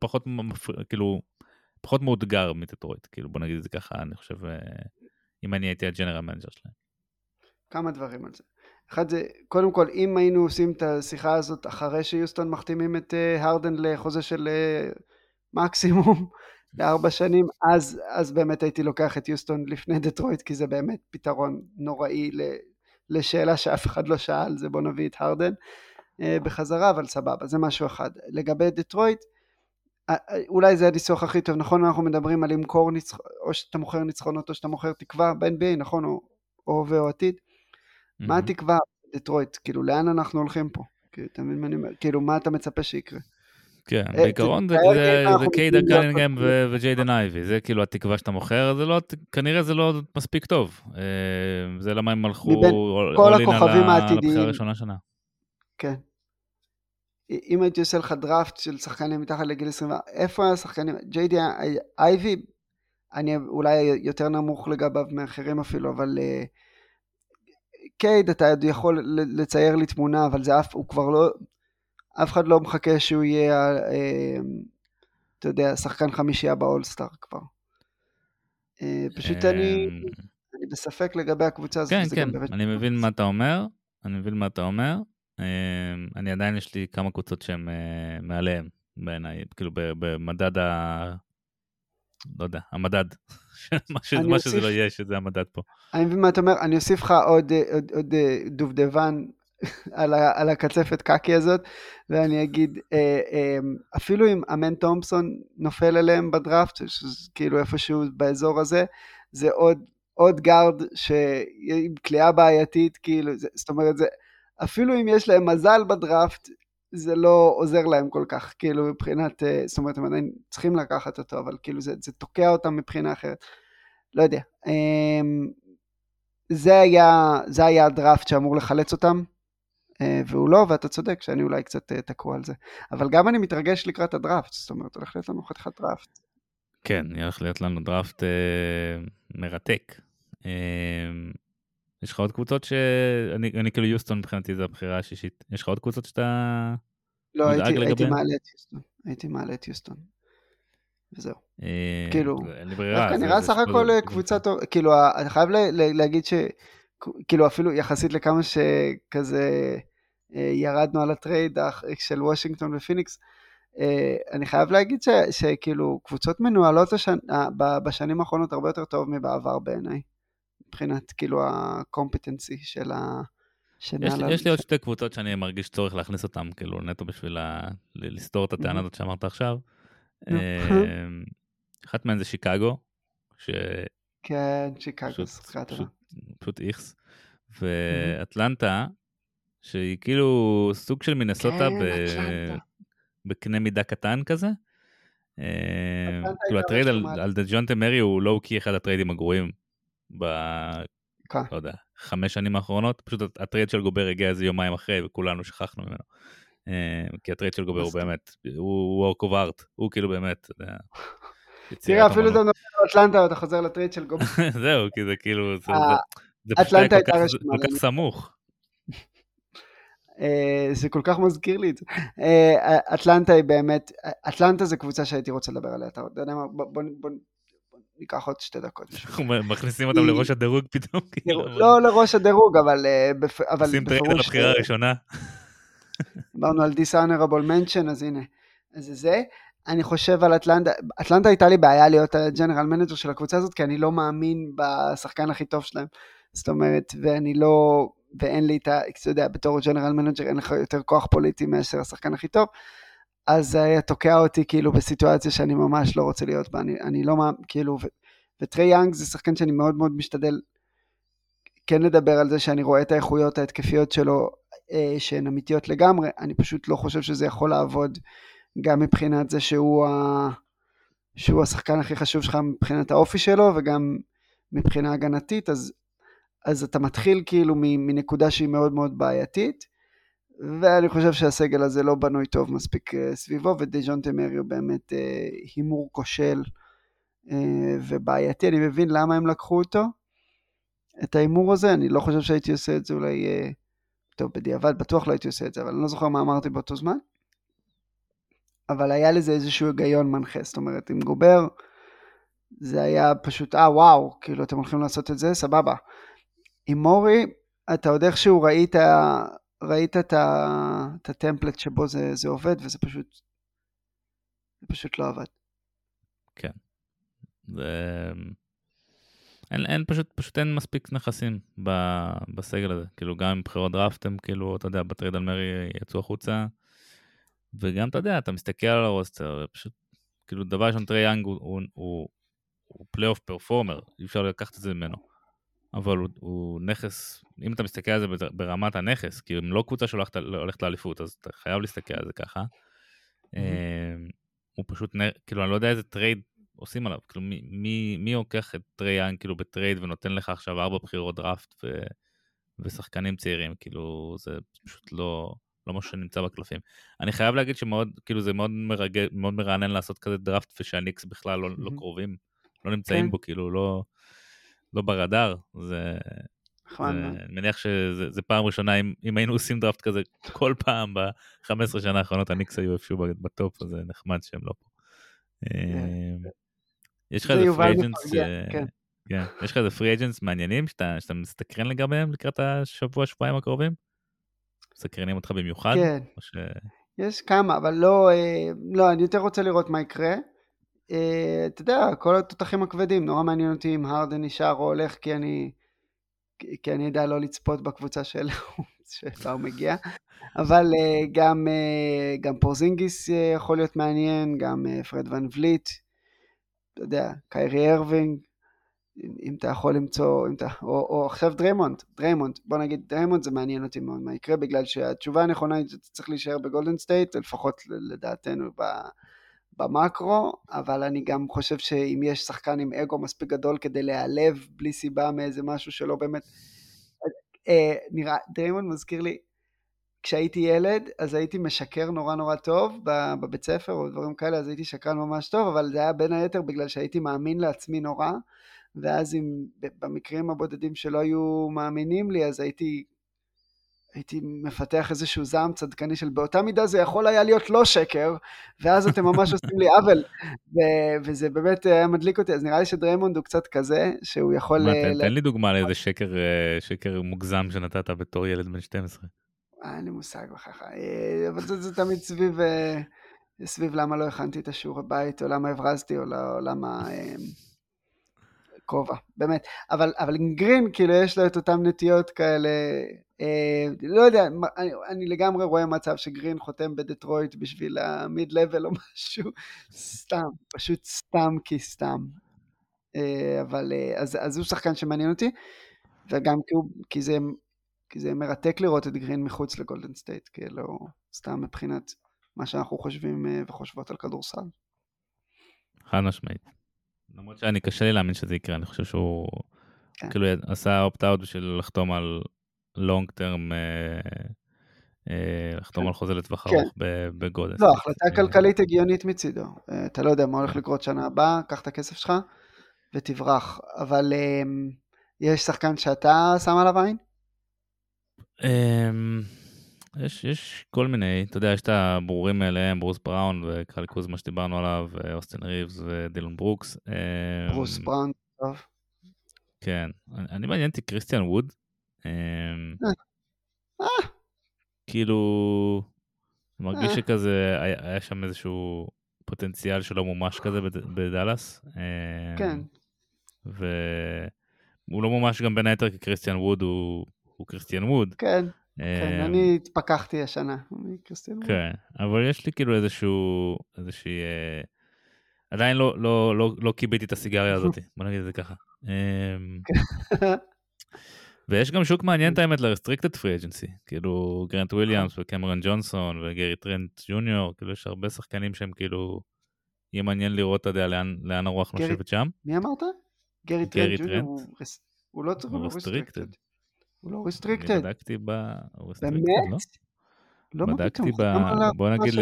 פחות מאותגר מדטרויט, כאילו, בוא נגיד את זה ככה, אני חושב, אם אני הייתי הג'נרל מנג'ר שלהם. כמה דברים על זה. אחד זה, קודם כל, אם היינו עושים את השיחה הזאת אחרי שיוסטון מחתימים את הרדן לחוזה של מקסימום ל4 שנים, אז באמת הייתי לוקח את יוסטון לפני דטרויט, כי זה באמת פתרון נוראי לשאלה שאף אחד לא שאל, זה בוא נביא את הרדן בחזרה, אבל סבבה, זה משהו אחד. לגבי דטרויט, אולי זה הניסוח הכי טוב, נכון? אנחנו מדברים על למכור או שאתה מוכר ניצחונות או שאתה מוכר תקווה ב-NBA, נכון? או הווה או עתיד. מה התקווה דטרויט? כאילו, לאן אנחנו הולכים פה? אתה מבין מה אני אומר? כאילו, מה אתה מצפה שיקרה? כן, בעיקרון זה קיידה קנינגהם וג'יידן אייבי, זה כאילו התקווה שאתה מוכר, כנראה זה לא מספיק טוב. זה למה הם הלכו כל הכוכבים העתידיים. לבחירה הראשונה שנה. כן. אם הייתי עושה לך דראפט של שחקנים מתחת לגיל 20, איפה השחקנים? ג'יידי אייבי, אני אולי יותר נמוך לגביו מאחרים אפילו, אבל קייד אתה יכול לצייר לי תמונה, אבל הוא כבר לא, אף אחד לא מחכה שהוא יהיה, אתה יודע, שחקן חמישייה באולסטאר כבר. פשוט אני בספק לגבי הקבוצה הזאת. כן, כן, אני מבין מה אתה אומר, אני עדיין יש לי כמה קבוצות שהן מעליהן בעיניי, כאילו במדד לא יודע, המדד, מה שזה לא יהיה, שזה המדד פה. אני מבין מה אתה אומר, אני אוסיף לך עוד דובדבן על הקצפת קקי הזאת, ואני אגיד, אפילו אם אמן תומפסון נופל אליהם בדראפט, כאילו איפשהו באזור הזה, זה עוד גארד עם קליעה בעייתית, כאילו, זאת אומרת, אפילו אם יש להם מזל בדראפט, זה לא עוזר להם כל כך, כאילו מבחינת, זאת אומרת, הם עדיין צריכים לקחת אותו, אבל כאילו זה תוקע אותם מבחינה אחרת. לא יודע. זה היה הדראפט שאמור לחלץ אותם, והוא לא, ואתה צודק שאני אולי קצת תקוע על זה. אבל גם אני מתרגש לקראת הדראפט, זאת אומרת, הולך להיות לנו חתיכת דראפט. כן, הולך להיות לנו דראפט מרתק. יש לך עוד קבוצות אני כאילו יוסטון מבחינתי זה הבחירה השישית. יש לך עוד קבוצות שאתה מודאג לגביהן? לא, הייתי מעלה את יוסטון. וזהו. כאילו, נראה סך הכל קבוצה טוב, כאילו, אתה חייב להגיד כאילו אפילו יחסית לכמה שכזה ירדנו על הטרייד של וושינגטון ופיניקס, אני חייב להגיד שכאילו קבוצות מנוהלות בשנים האחרונות הרבה יותר טוב מבעבר בעיניי. מבחינת כאילו הקומפטנסי של יש לי עוד שתי קבוצות שאני מרגיש צורך להכניס אותם, כאילו נטו בשביל לסתור את הטענה הזאת שאמרת עכשיו. אחת מהן זה שיקגו. כן, שיקגו. פשוט איכס. ואטלנטה, שהיא כאילו סוג של מינסוטה בקנה מידה קטן כזה. כאילו הטרייד על דג'ונטה מרי הוא לואו-קי אחד הטריידים הגרועים לא יודע, 5 שנים האחרונות, פשוט הטרייד של גובר הגיע איזה יומיים אחרי, וכולנו שכחנו ממנו. כי הטרייד של גובר הוא באמת, הוא work of art, הוא כאילו באמת, תראה, אפילו אתה נותן לאטלנטה, ואתה חוזר לטרייד של גובר. זהו, כי זה כאילו, זה פשוט כל כך סמוך. זה כל כך מזכיר לי את זה. אטלנטה היא באמת, אטלנטה זה קבוצה שהייתי רוצה לדבר עליה, אתה יודע מה, בוא ניקח עוד 2 דקות. אנחנו מכניסים אותם לראש הדירוג פתאום, כאילו, לא לראש הדירוג, אבל עושים טרייד על בפירוש, הבחירה הראשונה. דיברנו על dishonorable mention, אז הנה, אז זה, אני חושב על אטלנטה, אטלנטה הייתה לי בעיה להיות הג'נרל מנג'ר של הקבוצה הזאת, כי אני לא מאמין בשחקן הכי טוב שלהם, זאת אומרת, ואין לי אתה יודע, בתור ג'נרל מנג'ר אין לך יותר כוח פוליטי מאשר השחקן הכי טוב, אז היה תוקע אותי כאילו בסיטואציה שאני ממש לא רוצה להיות בה, אני לא מאמין, כאילו, וטרי יאנג זה שחקן שאני מאוד מאוד משתדל כן לדבר על זה שאני רואה את האיכויות ההתקפיות שלו שהן אמיתיות לגמרי, אני פשוט לא חושב שזה יכול לעבוד גם מבחינת זה שהוא השחקן הכי חשוב שלך מבחינת האופי שלו וגם מבחינה הגנתית, אז אתה מתחיל כאילו מנקודה שהיא מאוד מאוד בעייתית, ואני חושב שהסגל הזה לא בנוי טוב מספיק סביבו, ודז'ונטה מרי הוא באמת הימור כושל ובעייתי, אני מבין למה הם לקחו אותו, את האימור הזה, אני לא חושב שהייתי עושה את זה אולי, טוב בדיעבד בטוח לא הייתי עושה את זה, אבל אני לא זוכר מה אמרתי באותו זמן, אבל היה לזה איזשהו היגיון מנחה, זאת אומרת עם גובר, זה היה פשוט, וואו, כאילו אתם הולכים לעשות את זה, סבבה. עם מורי, אתה עוד איכשהו ראית את הטמפלט שבו זה עובד, וזה פשוט לא עבד. כן. פשוט אין מספיק נכסים בסגל הזה, כאילו גם עם בחירות דראפט הם כאילו, אתה יודע, בטרייד על מרי יצאו החוצה, וגם אתה יודע, אתה מסתכל על הרוסטר, ופשוט, כאילו דבר ראשון, טרי יאנג הוא פלייאוף פרפורמר, אי אפשר לקחת את זה ממנו, אבל הוא נכס, אם אתה מסתכל על זה ברמת הנכס, כי אם לא קבוצה שהולכת לאליפות, אז אתה חייב להסתכל על זה ככה, הוא פשוט, כאילו אני לא יודע איזה טרייד עושים עליו, כאילו מי לוקח את טרי יאנג כאילו בטרייד ונותן לך עכשיו 4 בחירות דראפט ושחקנים צעירים, כאילו זה פשוט לא משהו שנמצא בקלפים. אני חייב להגיד שמאוד, כאילו זה מאוד מרענן לעשות כזה דראפט ושהניקס בכלל לא קרובים, לא נמצאים בו, כאילו לא ברדאר, אני מניח שזה פעם ראשונה, אם היינו עושים דראפט כזה כל פעם ב-15 שנה האחרונות, הניקס היו איפשהו בטופ, אז זה נחמד שהם לא פה. יש לך איזה פרי אג'נטס, יש לך איזה פרי אג'נטס מעניינים שאתה מסתקרן לגביהם לקראת השבוע, שבועיים הקרובים? מסתקרנים אותך במיוחד? כן, יש כמה, אבל לא, אני יותר רוצה לראות מה יקרה. אתה יודע, כל התותחים הכבדים, נורא מעניין אותי אם הרדן נשאר או הולך, כי אני יודע לא לצפות בקבוצה שלה הוא מגיע, אבל גם פורזינגיס יכול להיות מעניין, גם פרד ון וליט, אתה יודע, קיירי ארווינג, אם אתה יכול למצוא, או עכשיו דריימונד, בוא נגיד דריימונד זה מעניין אותי מאוד מה יקרה, בגלל שהתשובה הנכונה היא שצריך להישאר בגולדן סטייט, לפחות לדעתנו במקרו, אבל אני גם חושב שאם יש שחקן עם אגו מספיק גדול כדי להיעלב בלי סיבה מאיזה משהו שלא באמת, נראה, דריימונד מזכיר לי, כשהייתי ילד, אז הייתי משקר נורא נורא טוב בבית ספר או דברים כאלה, אז הייתי שקרן ממש טוב, אבל זה היה בין היתר בגלל שהייתי מאמין לעצמי נורא, ואז במקרים הבודדים שלא היו מאמינים לי, אז הייתי מפתח איזשהו זעם צדקני של באותה מידה זה יכול היה להיות לא שקר, ואז אתם ממש עושים לי עוול, וזה באמת היה מדליק אותי, אז נראה לי שדריימונד הוא קצת כזה, שהוא יכול... תן לי דוגמה לאיזה שקר מוגזם שנתת בתור ילד בן 12. אין לי מושג בככה, אבל זה תמיד סביב למה לא הכנתי את השיעור הבית, או למה הברזתי, או למה... כובע, באמת, אבל עם גרין, כאילו יש לו את אותם נטיות כאלה, לא יודע, אני לגמרי רואה מצב שגרין חותם בדטרויט בשביל המיד לבל או משהו, סתם, פשוט סתם כי סתם, אבל אז הוא שחקן שמעניין אותי, וגם כי זה מרתק לראות את גרין מחוץ לגולדן סטייט, כאילו סתם מבחינת מה שאנחנו חושבים וחושבות על כדורסל. חד משמעית. למרות שאני קשה לי להאמין שזה יקרה, אני חושב שהוא כאילו עשה אופט-אאוט בשביל לחתום על לונג טרם, לחתום על חוזה לטווח ארוך בגודס. לא, החלטה כלכלית הגיונית מצידו. אתה לא יודע מה הולך לקרות שנה הבאה, קח את הכסף שלך ותברח. אבל יש שחקן שאתה שם עליו עין? יש כל מיני, אתה יודע, יש את הברורים מאליהם, ברוס בראון וקהל קוזמה שדיברנו עליו, אוסטין ריבס ודילון ברוקס. ברוס בראון, טוב. כן, אני מעניין אותי קריסטיאן ווד. כאילו, מרגיש שכזה, היה שם איזשהו פוטנציאל שלא מומש כזה בדלס. כן. והוא לא מומש גם בין היתר כי קריסטיאן ווד הוא קריסטיאן ווד. כן, כן, אני התפכחתי השנה מקריסטיאן ווד. כן, אבל יש לי כאילו איזושהי, עדיין לא קיביתי את הסיגריה הזאת, בוא נגיד את זה ככה. ויש גם שוק מעניין את האמת ל-restricted free agency, כאילו גרנט וויליאמס וקמרון ג'ונסון וגרי טרנט ג'וניור, כאילו יש הרבה שחקנים שהם כאילו, יהיה מעניין לראות, אתה יודע, לאן הרוח נושבת שם. מי אמרת? גרי טרנט ג'וניור הוא לא צריך הוא להיות restricted. הוא לא restricted. אני בדקתי הוא restricted, לא? לא? בדקתי בוא נגיד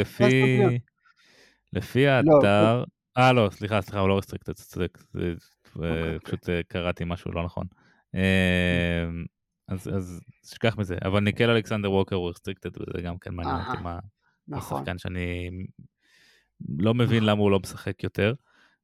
לפי האתר, לא, סליחה, הוא לא restricted, זה צודק, פשוט קראתי משהו לא נכון. אז שכח מזה, אבל ניקל אלכסנדר ווקר הוא restricted, וזה גם כן מעניין אותי מה השחקן שאני לא מבין למה הוא לא משחק יותר.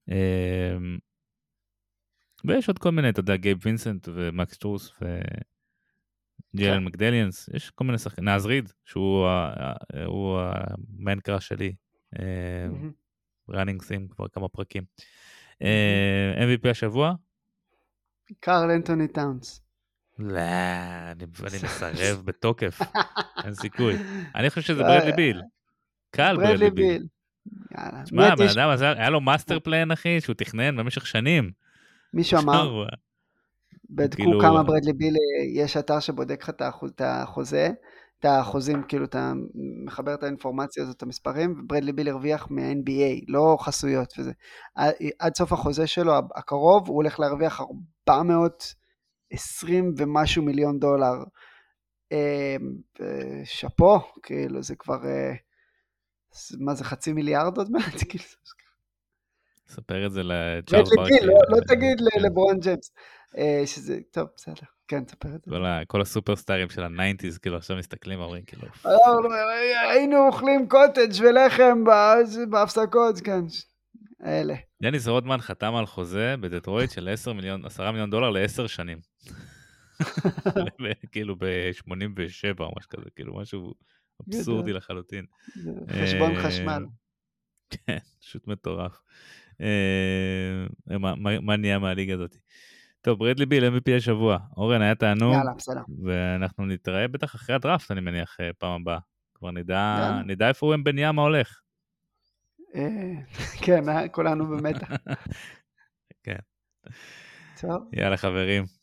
ויש עוד כל מיני, אתה יודע, גייב וינסנט ומקס טרוס וג'יילן מקדליאנס, יש כל מיני שחקנים, נאז ריד, שהוא המיין קראש שלי, ראנינג סים כבר כמה פרקים. MVP השבוע? קארל אנטוני טאונס. לא, אני מסרב בתוקף, אין סיכוי. אני חושב שזה ברדלי ביל. קל ברדלי ביל. תשמע, בן אדם, היה לו מאסטר פליין, אחי, שהוא תכנן במשך שנים. מישהו אמר, בדקו כמה ברדלי ביל, יש אתר שבודק לך את החוזה, את החוזים, כאילו אתה מחבר את האינפורמציה הזאת, את המספרים, וברדלי ביל הרוויח מה-NBA, לא חסויות וזה. עד סוף החוזה שלו, הקרוב, הוא הולך להרוויח 420 ומשהו מיליון דולר. שפו, כאילו זה כבר, מה זה, 500 מיליארד עוד מעט? ספר את זה לצ'ארלס ברקלי. לא תגיד לברון ג'יימס. שזה, טוב, בסדר. כן, תספר את זה. כל הסופרסטארים של ה-90s, כאילו עכשיו מסתכלים, אומרים, כאילו. היינו אוכלים קוטג' ולחם בהפסקות, כן. אלה. דניס רודמן חתם על חוזה בדטרויט של 10 מיליון דולר ל10 שנים. כאילו ב-87 או משהו כזה, כאילו משהו אבסורדי לחלוטין. חשבון חשמל. כן, פשוט מטורף. מה נהיה מהליגה הזאת? טוב, ברדלי ביל, MVP השבוע. אורן, היה תענוג. יאללה, בסדר. ואנחנו נתראה בטח אחרי הדראפט, אני מניח, פעם הבאה. כבר נדע איפה הוא בן ימה הולך. כן, כולנו במתח. כן. טוב. יאללה, חברים.